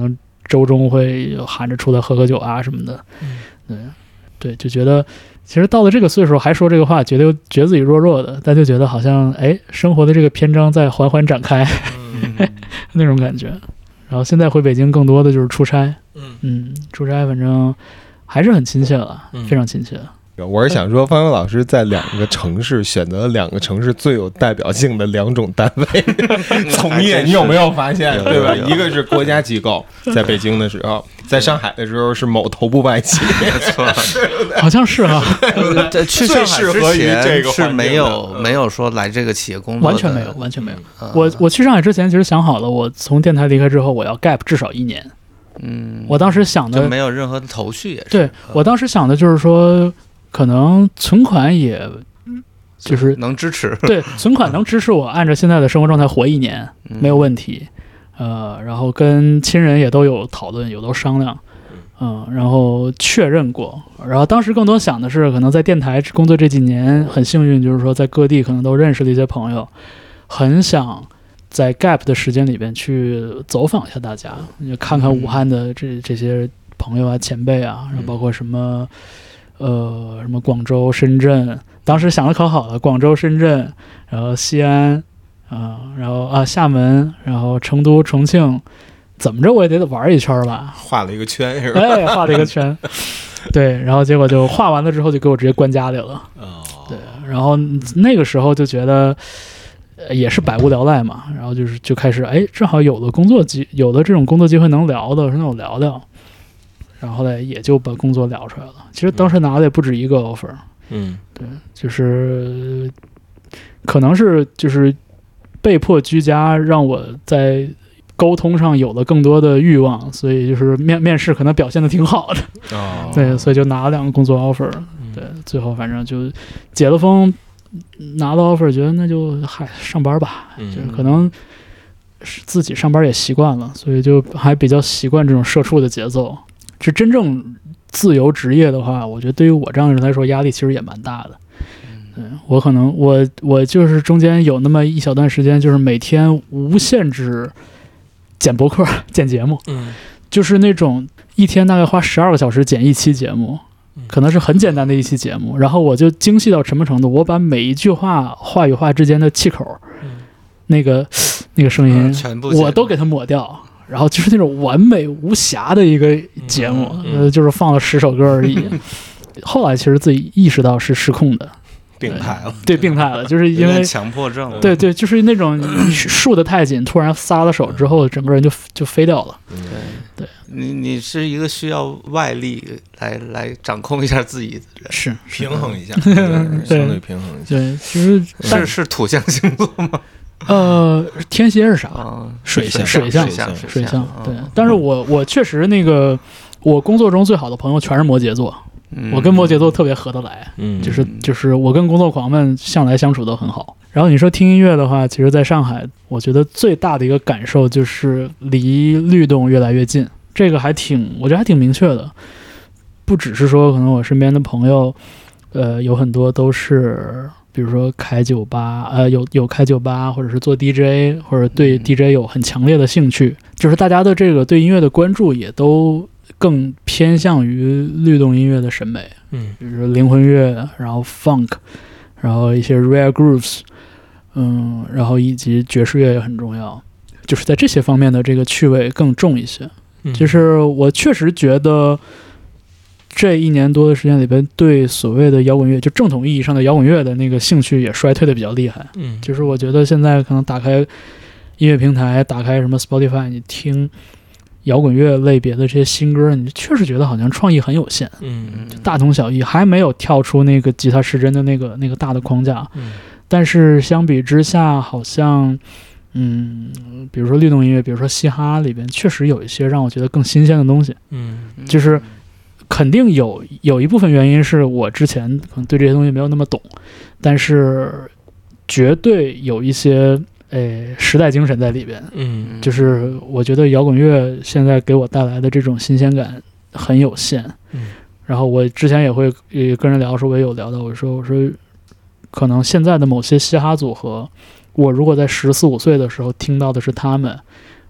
周中会喊着出来喝个酒啊什么的，对对，就觉得其实到了这个岁数还说这个话，觉得觉得自己弱弱的，但就觉得好像哎，生活的这个篇章在缓缓展开，嗯、那种感觉。然后现在回北京更多的就是出差，嗯嗯，出差反正还是很亲切了，嗯、非常亲切。
我是想说，方勇老师在两个城市选择了两个城市最有代表性的两种单位从业，你有没有发现？对吧？一个是国家机构，在北京的时候，在上海的时候是某头部外企，
没错，
好像是哈。
在去上海之前是没有没有说来这个企业工作，
完全没有，完全没有。我我去上海之前其实想好了，我从电台离开之后，我要 gap 至少一年。
嗯，
我当时想的
就没有任何的头绪，也是。
对我当时想的就是说。可能存款也就是
能支持，
对，存款能支持我按照现在的生活状态活一年，没有问题。呃，然后跟亲人也都有讨论，有都商量，嗯，然后确认过。然后当时更多想的是，可能在电台工作这几年很幸运，就是说在各地可能都认识了一些朋友，很想在 gap 的时间里边去走访一下大家，看看武汉的这这些朋友啊、前辈啊，然后包括什么。呃，什么广州、深圳，当时想的可好了，广州、深圳，然后西安，啊、呃，然后啊厦门，然后成都、重庆，怎么着我也得玩一圈吧，
画了一个圈是吧？
哎，画了一个圈，对，然后结果就画完了之后就给我直接关家里了，哦，对，然后那个时候就觉得也是百无聊赖嘛，然后就是就开始哎，正好有的工作机，有的这种工作机会能聊的，说那我聊聊。然后后来也就把工作聊出来了。其实当时拿的也不止一个 offer， 嗯，对，就是可能是就是被迫居家，让我在沟通上有了更多的欲望，所以就是面面试可能表现的挺好的，哦，对，所以就拿了两个工作 offer，嗯、对，最后反正就解了封，拿了 offer， 觉得那就嗨上班吧，嗯、就是可能自己上班也习惯了，所以就还比较习惯这种社畜的节奏。是真正自由职业的话，我觉得对于我这样的人来说，压力其实也蛮大的。对，我可能我我就是中间有那么一小段时间，就是每天无限制剪播客、剪节目，嗯，就是那种一天大概花十二个小时剪一期节目，可能是很简单的一期节目，然后我就精细到什么程度？我把每一句话话与话之间的气口，那个那个声音，
全部
我都给它抹掉。然后就是那种完美无瑕的一个节目，嗯嗯、呃，就是放了十首歌而已。后来其实自己意识到是失控的，
病态了，
对，病态了，就是因为
强迫症，
对对，就是那种束得太紧，突然撒了手之后，整个人就就飞掉了。
对对，你你是一个需要外力来来掌控一下自己的人，
是
平衡一下，对，相对平衡一下。
对，其实
是是土象星座吗？
呃，天蝎是啥？
啊、
水象，
水
象，
水象，
水象。对，但是我我确实那个，我工作中最好的朋友全是摩羯座，嗯、我跟摩羯座特别合得来，嗯，就是就是我跟工作狂们向来相处都很好。然后你说听音乐的话，其实在上海，我觉得最大的一个感受就是离律动越来越近，这个还挺，我觉得还挺明确的。不只是说可能我身边的朋友，呃，有很多都是。比如说开酒吧，呃，有有开酒吧，或者是做 D J， 或者对 D J 有很强烈的兴趣，就是大家的这个对音乐的关注也都更偏向于律动音乐的审美，嗯，比如说灵魂乐，然后 funk， 然后一些 rare grooves， 嗯，然后以及爵士乐也很重要，就是在这些方面的这个趣味更重一些。嗯、就是我确实觉得。这一年多的时间里边，对所谓的摇滚乐，就正统意义上的摇滚乐的那个兴趣也衰退的比较厉害。嗯，就是我觉得现在可能打开音乐平台，打开什么 Spotify， 你听摇滚乐类别的这些新歌，你确实觉得好像创意很有限。嗯，就大同小异，还没有跳出那个吉他失真的那个那个大的框架。嗯，但是相比之下，好像嗯，比如说律动音乐，比如说嘻哈里边，确实有一些让我觉得更新鲜的东西。嗯，就是。肯定有有一部分原因是我之前可能对这些东西没有那么懂，但是绝对有一些诶时代精神在里边。嗯，就是我觉得摇滚乐现在给我带来的这种新鲜感很有限。嗯，然后我之前也会也跟人聊说，我也有聊到，我说我说可能现在的某些嘻哈组合，我如果在十四五岁的时候听到的是他们，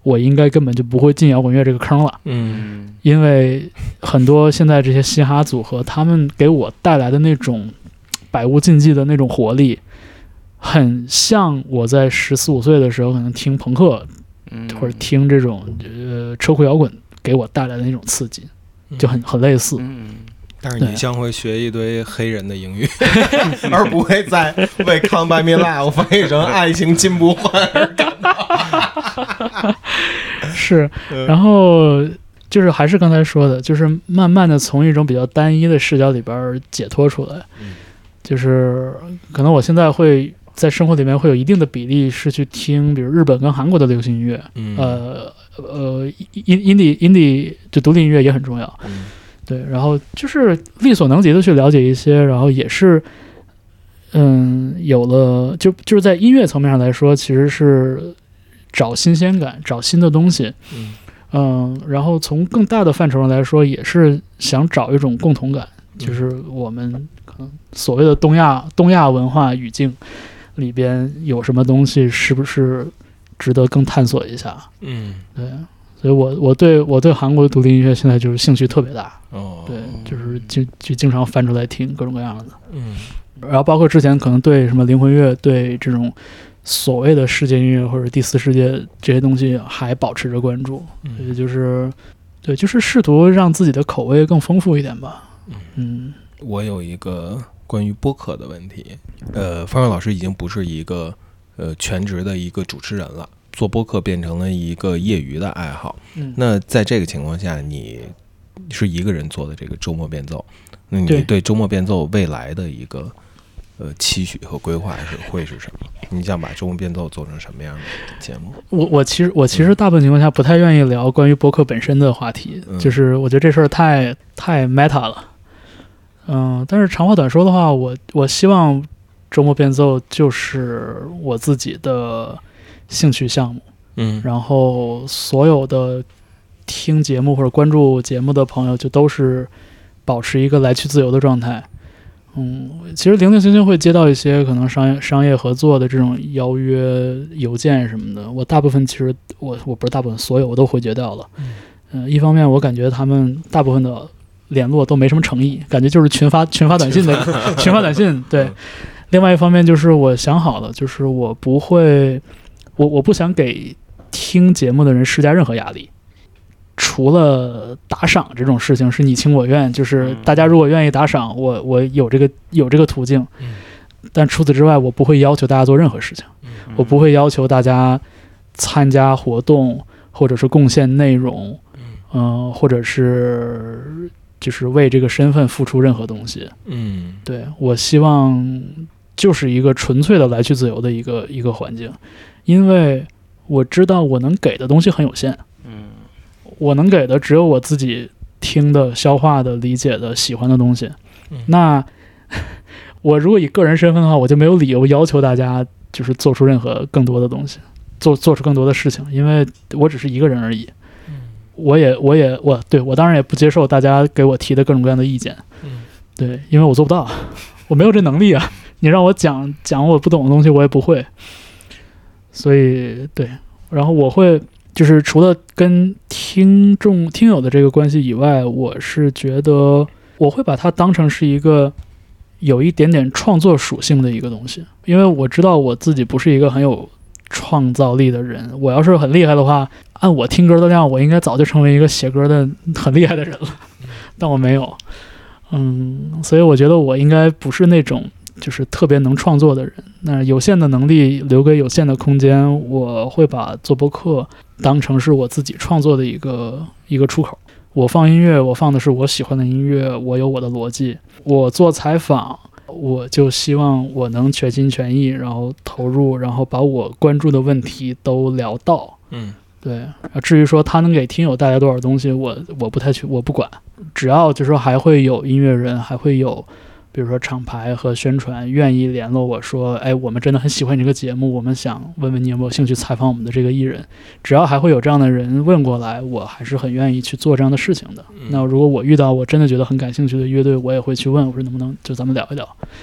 我应该根本就不会进摇滚乐这个坑了。
嗯，
因为很多现在这些嘻哈组合，他们给我带来的那种百无禁忌的那种活力，很像我在十四五岁的时候可能听朋克，
嗯，
或者听这种呃车库摇滚给我带来的那种刺激，就很很类似。
嗯，
但是你将会学一堆黑人的英语，而不会再为 Come By Me Love 翻译成爱情进步换而感到。
是，然后就是还是刚才说的，就是慢慢的从一种比较单一的视角里边解脱出来。
嗯，
就是可能我现在会在生活里面会有一定的比例是去听，比如日本跟韩国的流行音乐，
嗯，
呃呃，indie indie 就独立音乐也很重要。
嗯，
对，然后就是力所能及的去了解一些，然后也是，嗯，有了就就是在音乐层面上来说，其实是找新鲜感，找新的东西。
嗯
嗯，然后从更大的范畴上来说，也是想找一种共同感，就是我们可能所谓的东亚东亚文化语境里边有什么东西，是不是值得更探索一下？
嗯，
对，所以我我对我对韩国的独立音乐现在就是兴趣特别大。
哦，
对，就是就就经常翻出来听各种各样的。
嗯，
然后包括之前可能对什么灵魂乐，对这种所谓的世界音乐或者第四世界这些东西还保持着关注，
嗯，
所以就是对，就是试图让自己的口味更丰富一点吧。嗯，
我有一个关于播客的问题，呃，方圆老师已经不是一个呃全职的一个主持人了，做播客变成了一个业余的爱好。
嗯，
那在这个情况下，你是一个人做的这个周末变奏，那你
对
对周末变奏未来的一个呃期许和规划是会是什么？你想把周末变奏做成什么样的节目？
我我其实我其实大部分情况下不太愿意聊关于播客本身的话题，
嗯，
就是我觉得这事儿太太 meta 了。嗯，但是长话短说的话，我我希望周末变奏就是我自己的兴趣项目。
嗯，
然后所有的听节目或者关注节目的朋友就都是保持一个来去自由的状态。嗯，其实零零星星会接到一些可能商业商业合作的这种邀约邮件什么的，我大部分其实我我不是大部分，所有我都回绝掉了。嗯、呃，一方面我感觉他们大部分的联络都没什么诚意，感觉就是群发群发短信的群发短信。对，另外一方面就是我想好了，就是我不会，我我不想给听节目的人施加任何压力。除了打赏这种事情是你情我愿，就是大家如果愿意打赏，我我有这个有这个途径，但除此之外，我不会要求大家做任何事情，我不会要求大家参加活动或者是贡献内容，嗯、呃，或者是就是为这个身份付出任何东西。嗯，对，我希望就是一个纯粹的来去自由的一个一个环境，因为我知道我能给的东西很有限。我能给的只有我自己听的、消化的、理解的、喜欢的东西。嗯、那我如果以个人身份的话，我就没有理由要求大家就是做出任何更多的东西，做做出更多的事情，因为我只是一个人而已。嗯、我也，我也，我对我当然也不接受大家给我提的各种各样的意见。嗯、对，因为我做不到，我没有这能力啊。你让我讲讲我不懂的东西，我也不会。所以，对，然后我会。就是除了跟听众听友的这个关系以外，我是觉得我会把它当成是一个有一点点创作属性的一个东西，因为我知道我自己不是一个很有创造力的人，我要是很厉害的话，按我听歌的量，我应该早就成为一个写歌的很厉害的人了，但我没有。嗯，所以我觉得我应该不是那种就是特别能创作的人，那有限的能力留给有限的空间，我会把做播客当成是我自己创作的一个一个出口。我放音乐，我放的是我喜欢的音乐，我有我的逻辑。我做采访，我就希望我能全心全意，然后投入，然后把我关注的问题都聊到。嗯，对。至于说他能给听友带来多少东西，我我不太去，我不管。只要就是说还会有音乐人，还会有。比如说厂牌和宣传愿意联络我说，哎，我们真的很喜欢这个节目，我们想问问你有没有兴趣采访我们的这个艺人。只要还会有这样的人问过来，我还是很愿意去做这样的事情的。那如果我遇到我真的觉得很感兴趣的乐队，我也会去问，我说能不能就咱们聊一聊。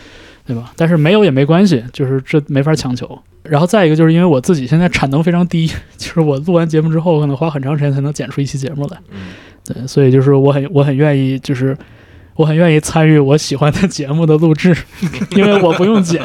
对吧？但是没有也没关系，就是这没法强求。然后再一个就是因为我自己现在产能非常低，就是我录完节目之后可能花很长时间才能剪出一期节目来，
嗯，
对，所以就是我很我很愿意就是我很愿意参与我喜欢的节目的录制，因为我不用剪。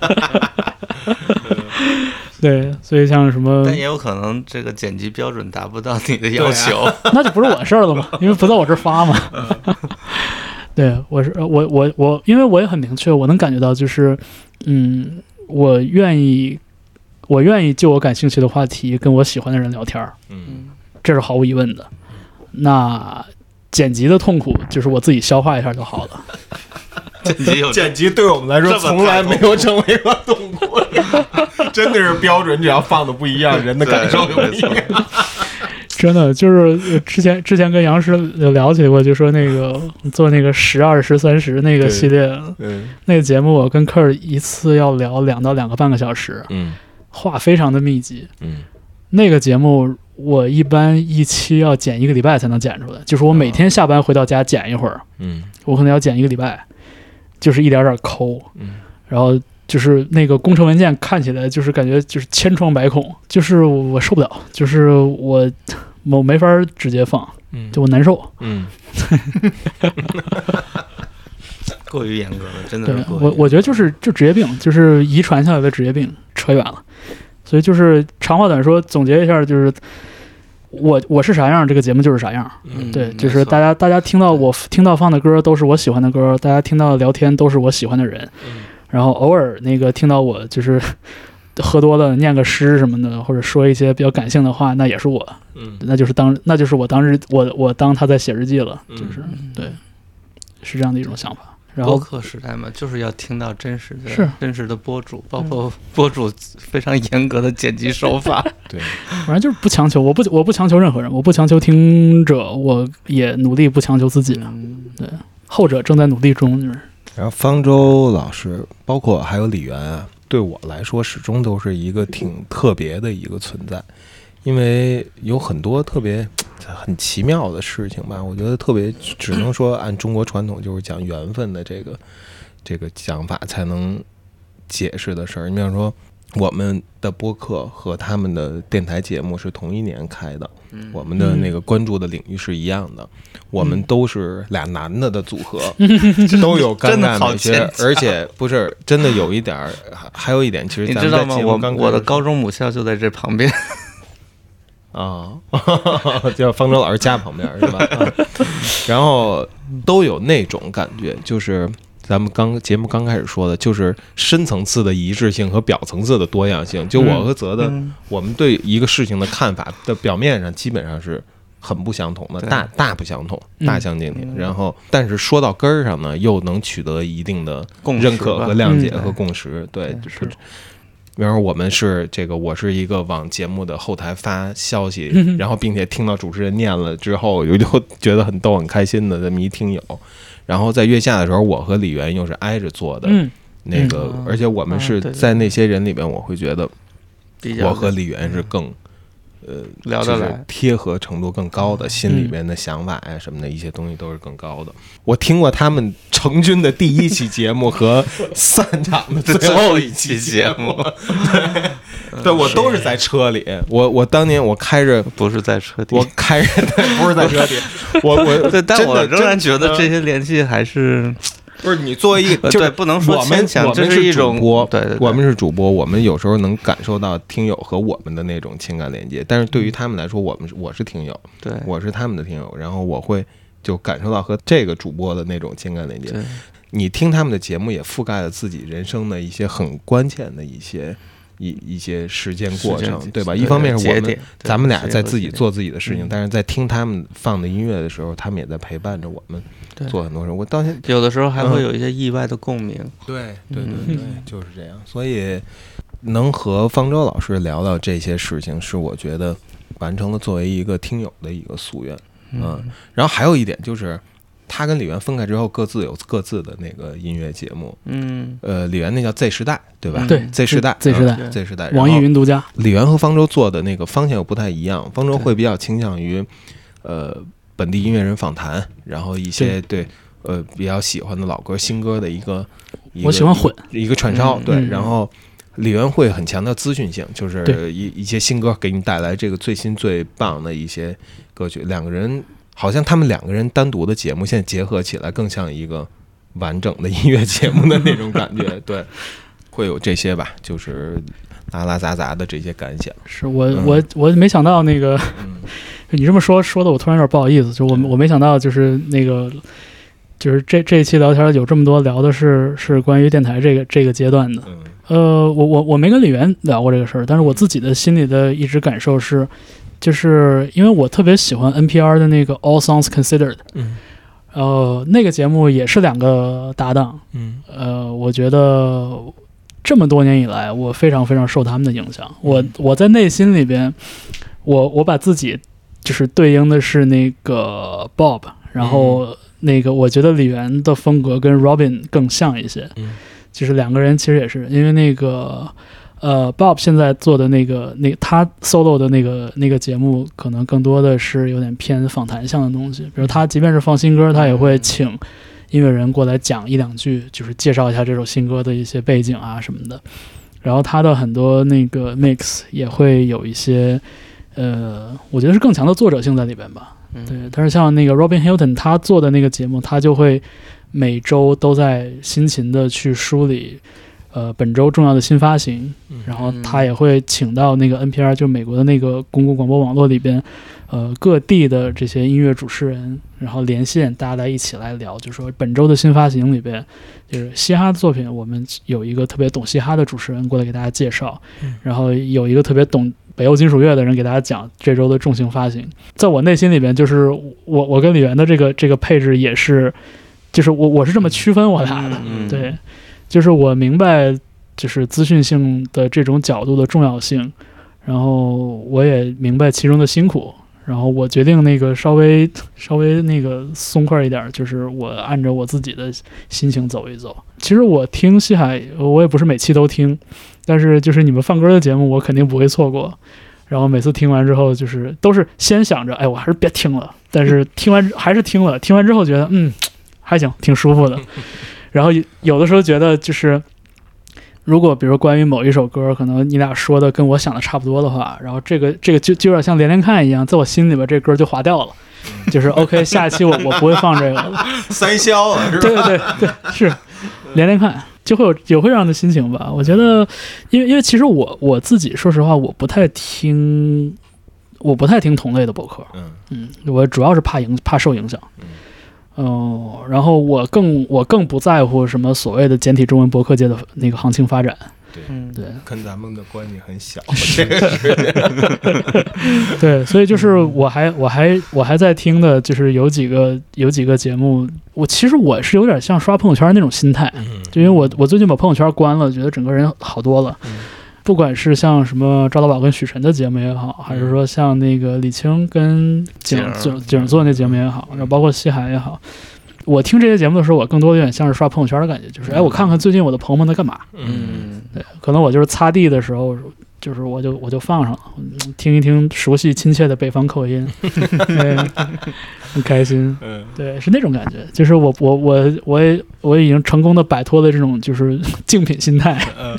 对，所以像什么，
但也有可能这个剪辑标准达不到你的要求，
啊、
那就不是我的事儿了嘛，因为不在我这儿发嘛。对，我是我我我，因为我也很明确，我能感觉到，就是嗯，我愿意，我愿意就我感兴趣的话题跟我喜欢的人聊天儿，
嗯，
这是毫无疑问的。那剪辑的痛苦就是我自己消化一下就好了。
剪辑有
剪辑对我们来说从来没有成为过痛苦，真的是标准，只要放的不一样，人的感受就不一样。
真的就是之前之前跟杨师聊起过，就说那个做那个十二十三十那个系列，
嗯，
那个节目我跟科尔一次要聊两到两个半个小时，
嗯，
话非常的密集，
嗯，
那个节目我一般一期要剪一个礼拜才能剪出来，就是我每天下班回到家剪一会儿，
嗯，
我可能要剪一个礼拜，就是一点点抠，
嗯，
然后就是那个工程文件看起来就是感觉就是千疮百孔，就是我受不了，就是我我没法直接放，
嗯，
就我难受，
嗯，
过于严格了，真的
对
是过于
我我觉得就是就职业病，就是遗传下来的职业病，扯远了。所以就是长话短说，总结一下，就是我我是啥样，这个节目就是啥样。
嗯
对，就是大家大家听到我听到放的歌都是我喜欢的歌，大家听到聊天都是我喜欢的人。
嗯，
然后偶尔那个听到我就是喝多了念个诗什么的，或者说一些比较感性的话，那也是我。
嗯，
那就是当那就是我当日我我当他在写日记了，
嗯
就是对，是这样的一种想法。然后
播客时代嘛，就是要听到真实的、
是
真实的播主，包括播主非常严格的剪辑手法。
对，
反正就是不强求，我不我不强求任何人，我不强求听者，我也努力不强求自己。
嗯，
对，后者正在努力中，就是。
然后方舟老师，包括还有李源啊，对我来说始终都是一个挺特别的一个存在，因为有很多特别很奇妙的事情吧。我觉得特别只能说按中国传统就是讲缘分的这个这个讲法才能解释的事儿。你比方说，我们的播客和他们的电台节目是同一年开的，我们的那个关注的领域是一样的，我们都是俩男的的组合，都有尴尬美学，而且不是真的有一点儿，还有一点，其实
你
咱们在
知道吗？我
节目刚
我的高中母校就在这旁边。
啊，叫方舟老师家旁边是吧？啊、然后都有那种感觉，就是咱们刚节目刚开始说的，就是深层次的一致性和表层次的多样性。就我和泽的，
嗯、
我们对一个事情的看法的表面上基本上是很不相同的，大大不相同，大相径庭。嗯、然后，但是说到根儿上呢，又能取得一定的认可和谅解和共识。对，就是。比方说我们是这个，我是一个往节目的后台发消息，嗯、然后并且听到主持人念了之后，我就觉得很逗、很开心的这么一听友。然后在月下的时候，我和李源又是挨着做的，嗯、那个，嗯、而且我们是在那些人里边，我会觉得我和李源是更。呃，
聊得来，
贴合程度更高的，心里面的想法呀、啊、什么的一些东西都是更高的。我听过他们成军的第一期节目和散场的最后一期节目，对，对我都是在车里。我我当年我开着
不是在车底，
我开着不是在车底，我我
对，但我仍然觉得这些联系还是。
不是你作为一个，就是
不能说
我们我们
是一种
主播，
对对对，
我们是主播，我们有时候能感受到听友和我们的那种情感连接，但是对于他们来说，我们是我是听友，
对，
我是他们的听友，然后我会就感受到和这个主播的那种情感连接。你听他们的节目，也覆盖了自己人生的一些很关键的一些。一一些实践过程，对吧？一方面是我们咱们俩在自己做自己的事情，但是在听他们放的音乐的时候，他们也在陪伴着我们做很多事。我到现在
有的时候还会有一些意外的共鸣。
嗯、对对对对，就是这样。所以能和方舟老师聊聊这些事情，是我觉得完成了作为一个听友的一个夙愿。嗯，然后还有一点就是。他跟李源分开之后，各自有各自的那个音乐节目。
嗯，
呃，李源那叫 Z 时代，对吧？
对
，Z 时代
，Z 时代
，Z 时代。
网易云独家。
李源和方舟做的那个方向又不太一样，方舟会比较倾向于，呃，本地音乐人访谈，然后一些对。对呃，比较喜欢的老歌、新歌的一个一个
我喜欢混
一个一个串烧，
嗯
对，
嗯
然后李源会很强调资讯性，就是
对
一一些新歌给你带来这个最新最棒的一些歌曲。两个人好像他们两个人单独的节目现在结合起来，更像一个完整的音乐节目的那种感觉，对，会有这些吧，就是拉拉杂杂的这些感想。
是我、
嗯、
我我没想到那个，
嗯、
你这么说说的我突然有点不好意思，就我我没想到就是那个。就是这这一期聊天有这么多聊的是是关于电台这个这个阶段的，
嗯、
呃，我我我没跟李源聊过这个事儿，但是我自己的心里的一直感受是，就是因为我特别喜欢 N P R 的那个 All Songs Considered，
嗯，
呃，那个节目也是两个搭档，
嗯，
呃，我觉得这么多年以来，我非常非常受他们的影响，我我在内心里边，我我把自己就是对应的是那个 Bob， 然后。嗯那个我觉得李源的风格跟 Robin 更像一些，
嗯，
就是两个人其实也是因为那个呃 Bob 现在做的那个那他 solo 的那个那个节目，可能更多的是有点偏访谈向的东西，比如他即便是放新歌，他也会请音乐人过来讲一两句，就是介绍一下这首新歌的一些背景啊什么的，然后他的很多那个 mix 也会有一些呃我觉得是更强的作者性在里边吧。对，但是像那个 Robin Hilton 他做的那个节目，他就会每周都在辛勤的去梳理，呃，本周重要的新发行，然后他也会请到那个 N P R， 就美国的那个公共广播网络里边，呃，各地的这些音乐主持人，然后连线大家来一起来聊，就说本周的新发行里边，就是嘻哈的作品，我们有一个特别懂嘻哈的主持人过来给大家介绍，然后有一个特别懂北欧金属乐的人给大家讲这周的重型发行。在我内心里边，就是我我跟李源的这个这个配置也是，就是我我是这么区分我俩的，
嗯、
对，就是我明白就是资讯性的这种角度的重要性，然后我也明白其中的辛苦，然后我决定那个稍微稍微那个松快一点，就是我按照我自己的心情走一走。其实我听西海，我也不是每期都听，但是就是你们放歌的节目，我肯定不会错过。然后每次听完之后，就是都是先想着，哎，我还是别听了。但是听完还是听了，听完之后觉得，嗯，还行，挺舒服的。然后有的时候觉得，就是如果比如关于某一首歌，可能你俩说的跟我想的差不多的话，然后这个这个就就有点像连连看一样，在我心里边这歌就划掉了。就是 OK， 下一期我我不会放这个了，
三消了，是吧？
对对对对，是连连看。就会有有会这样的心情吧。我觉得，因为因为其实我我自己说实话，我不太听，我不太听同类的播客。
嗯
嗯，我主要是怕影怕受影响。
嗯，
呃、然后我更我更不在乎什么所谓的简体中文播客界的那个行情发展。
对，
嗯，对，
跟咱们的关系很小，这个是
对，所以就是我还我还我还在听的，就是有几个有几个节目，我其实我是有点像刷朋友圈那种心态，就因为我我最近把朋友圈关了，觉得整个人好多了。不管是像什么赵大宝跟许晨的节目也好，还是说像那个李青跟景景景做那节目也好，然后包括西海也好。我听这些节目的时候，我更多有点像是刷朋友圈的感觉，就是哎，我看看最近我的朋友们在干嘛。
嗯，
对，可能我就是擦地的时候，就是我就我就放上了，听一听熟悉亲切的北方口音，对，很开心。
嗯，
对，是那种感觉，就是我我我我也我已经成功的摆脱了这种就是竞品心态。
嗯，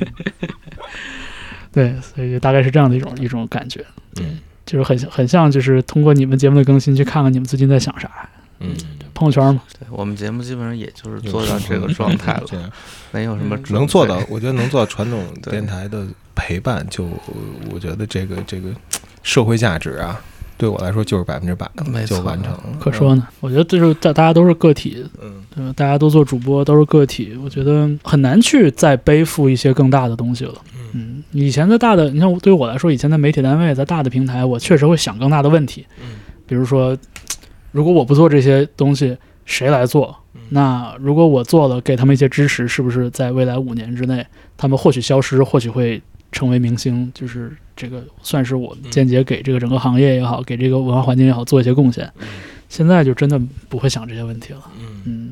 对，所以大概是这样的一种一种感觉。
嗯，
就是很很像，就是通过你们节目的更新去看看你们最近在想啥。
嗯，
朋友圈嘛，
对，我们节目基本上也就是做到这个状态了，没有什么
能做到。我觉得能做到传统电台的陪伴，就我觉得这个这个社会价值啊，对我来说就是百分之百就完成了。
可说呢，我觉得这是大大家都是个体，嗯，对吧？大家都做主播都是个体，我觉得很难去再背负一些更大的东西了。嗯，以前在大的，你像对于我来说，以前在媒体单位，在大的平台，我确实会想更大的问题，嗯，比如说。如果我不做这些东西，谁来做？那如果我做了，给他们一些支持，是不是在未来五年之内，他们或许消失，或许会成为明星？就是这个算是我间接给这个整个行业也好，给这个文化环境也好做一些贡献。现在就真的不会想这些问题了。嗯，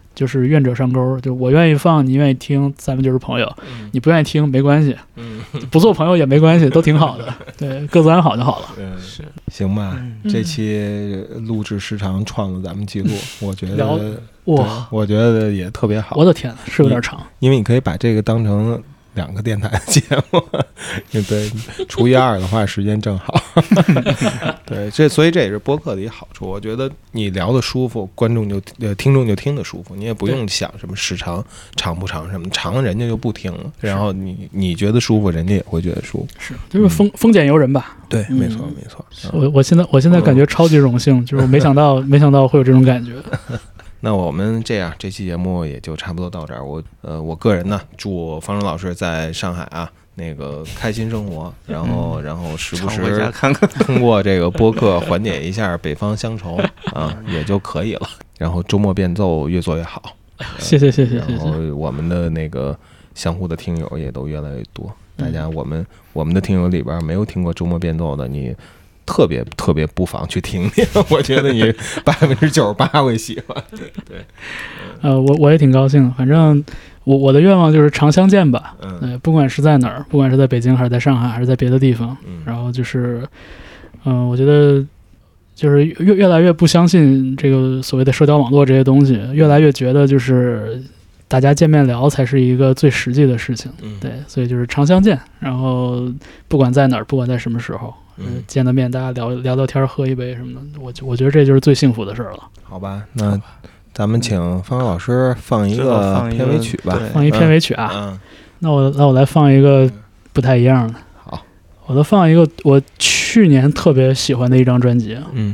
就是愿者上钩，就我愿意放，你愿意听，咱们就是朋友；
嗯
你不愿意听没关系，
嗯，
不做朋友也没关系，都挺好的。对，各自安好就好了。
嗯
是
行吧，
嗯
这期录制时长创了咱们记录，我觉
聊
得
哇，
对我觉得也特别好
我，的天，是有点长。
因为你可以把这个当成两个电台节目，对，除以二的话时间正好。对，这所以这也是播客的一好处，我觉得你聊的舒服，观众就呃听众就听得舒服，你也不用想什么时长长不长什么，长了人家就不听了，然后你你觉得舒服，人家也会觉得舒服。
是，就是丰丰俭由人吧。
对，
嗯
没错没错。嗯
我我现在我现在感觉超级荣幸，就是我没想到没想到会有这种感觉。
那我们这样，这期节目也就差不多到这儿。我呃，我个人呢，祝方舟老师在上海啊，那个开心生活，然后、然后时不
常回家
时
看看。
通过这个播客缓解一下北方乡愁啊，也就可以了。然后周末变奏越做越好，
谢谢谢谢谢
然后
谢。
我们的那个相互的听友也都越来越多。大家，我们我们的听友里边没有听过周末变奏的，你特别特别不妨去听听，我觉得你百分之九十八会喜欢。对，
呃，我我也挺高兴的，反正我我的愿望就是常相见吧。
嗯
对，不管是在哪儿，不管是在北京还是在上海还是在别的地方，
嗯，
然后就是，嗯、我觉得就是越越来越不相信这个所谓的社交网络这些东西，越来越觉得就是大家见面聊才是一个最实际的事情。
嗯
对，所以就是常相见，然后不管在哪儿，不管在什么时候，呃
嗯，
见了面大家聊聊聊天，喝一杯什么的，我我觉得这就是最幸福的事儿了。
好吧，那咱们请方舟老师放一
最后
个
放一个
片尾曲吧。
对
放一片尾曲啊，
嗯，
那我那我来放一个不太一样的，
好，
我都放一个我去年特别喜欢的一张专辑啊，
嗯，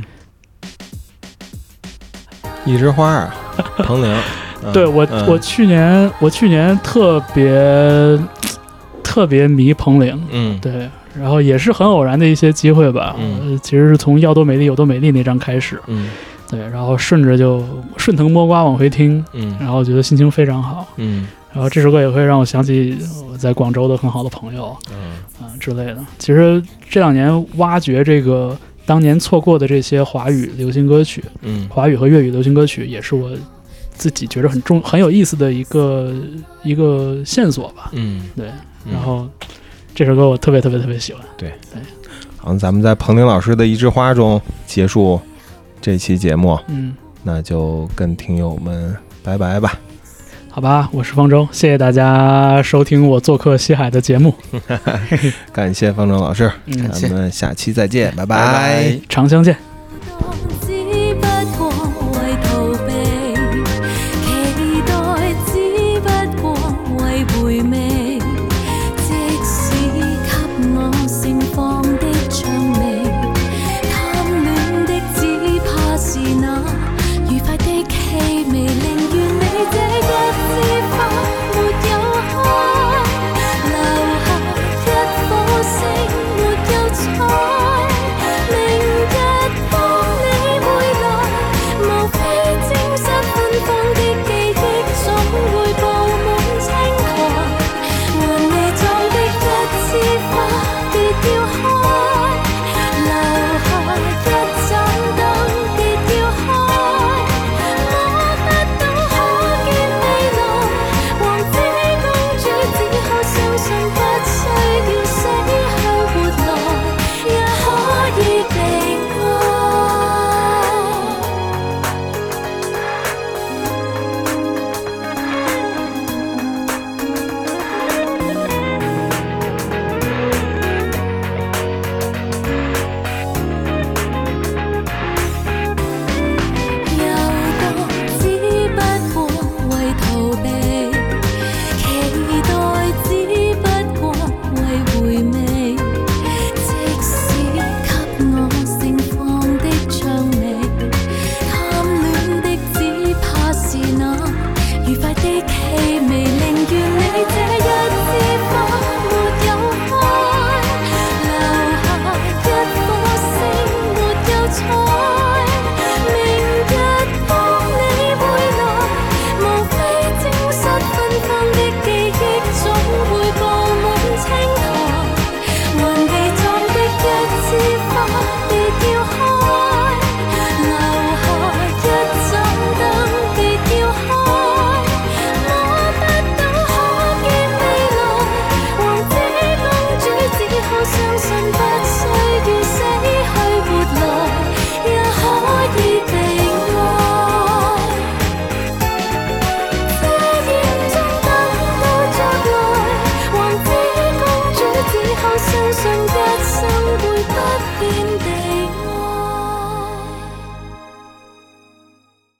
一枝花啊，彭羚。嗯
对我、
嗯
我去年我去年特别特别迷彭羚，
嗯
对，然后也是很偶然的一些机会吧，
嗯
呃其实是从要多美丽有多美丽那张开始，
嗯
对，然后顺着就顺藤摸瓜往回听，
嗯
然后觉得心情非常好，
嗯
然后这首歌也会让我想起我在广州的很好的朋友
嗯
啊、之类的。其实这两年挖掘这个当年错过的这些华语流行歌曲，
嗯
华语和粤语流行歌曲，也是我自己觉得很重很有意思的一个一个线索吧。
嗯，
对，然后这首歌我特别特别特别喜欢。
好，咱们在彭羚老师的一枝花中结束这期节目，
嗯，
那就跟听友们拜拜吧。
好吧，我是方舟，谢谢大家收听我做客西海的节目，
感谢方舟老师，
嗯，
咱们下期再见，拜
拜拜
常相见。
Thank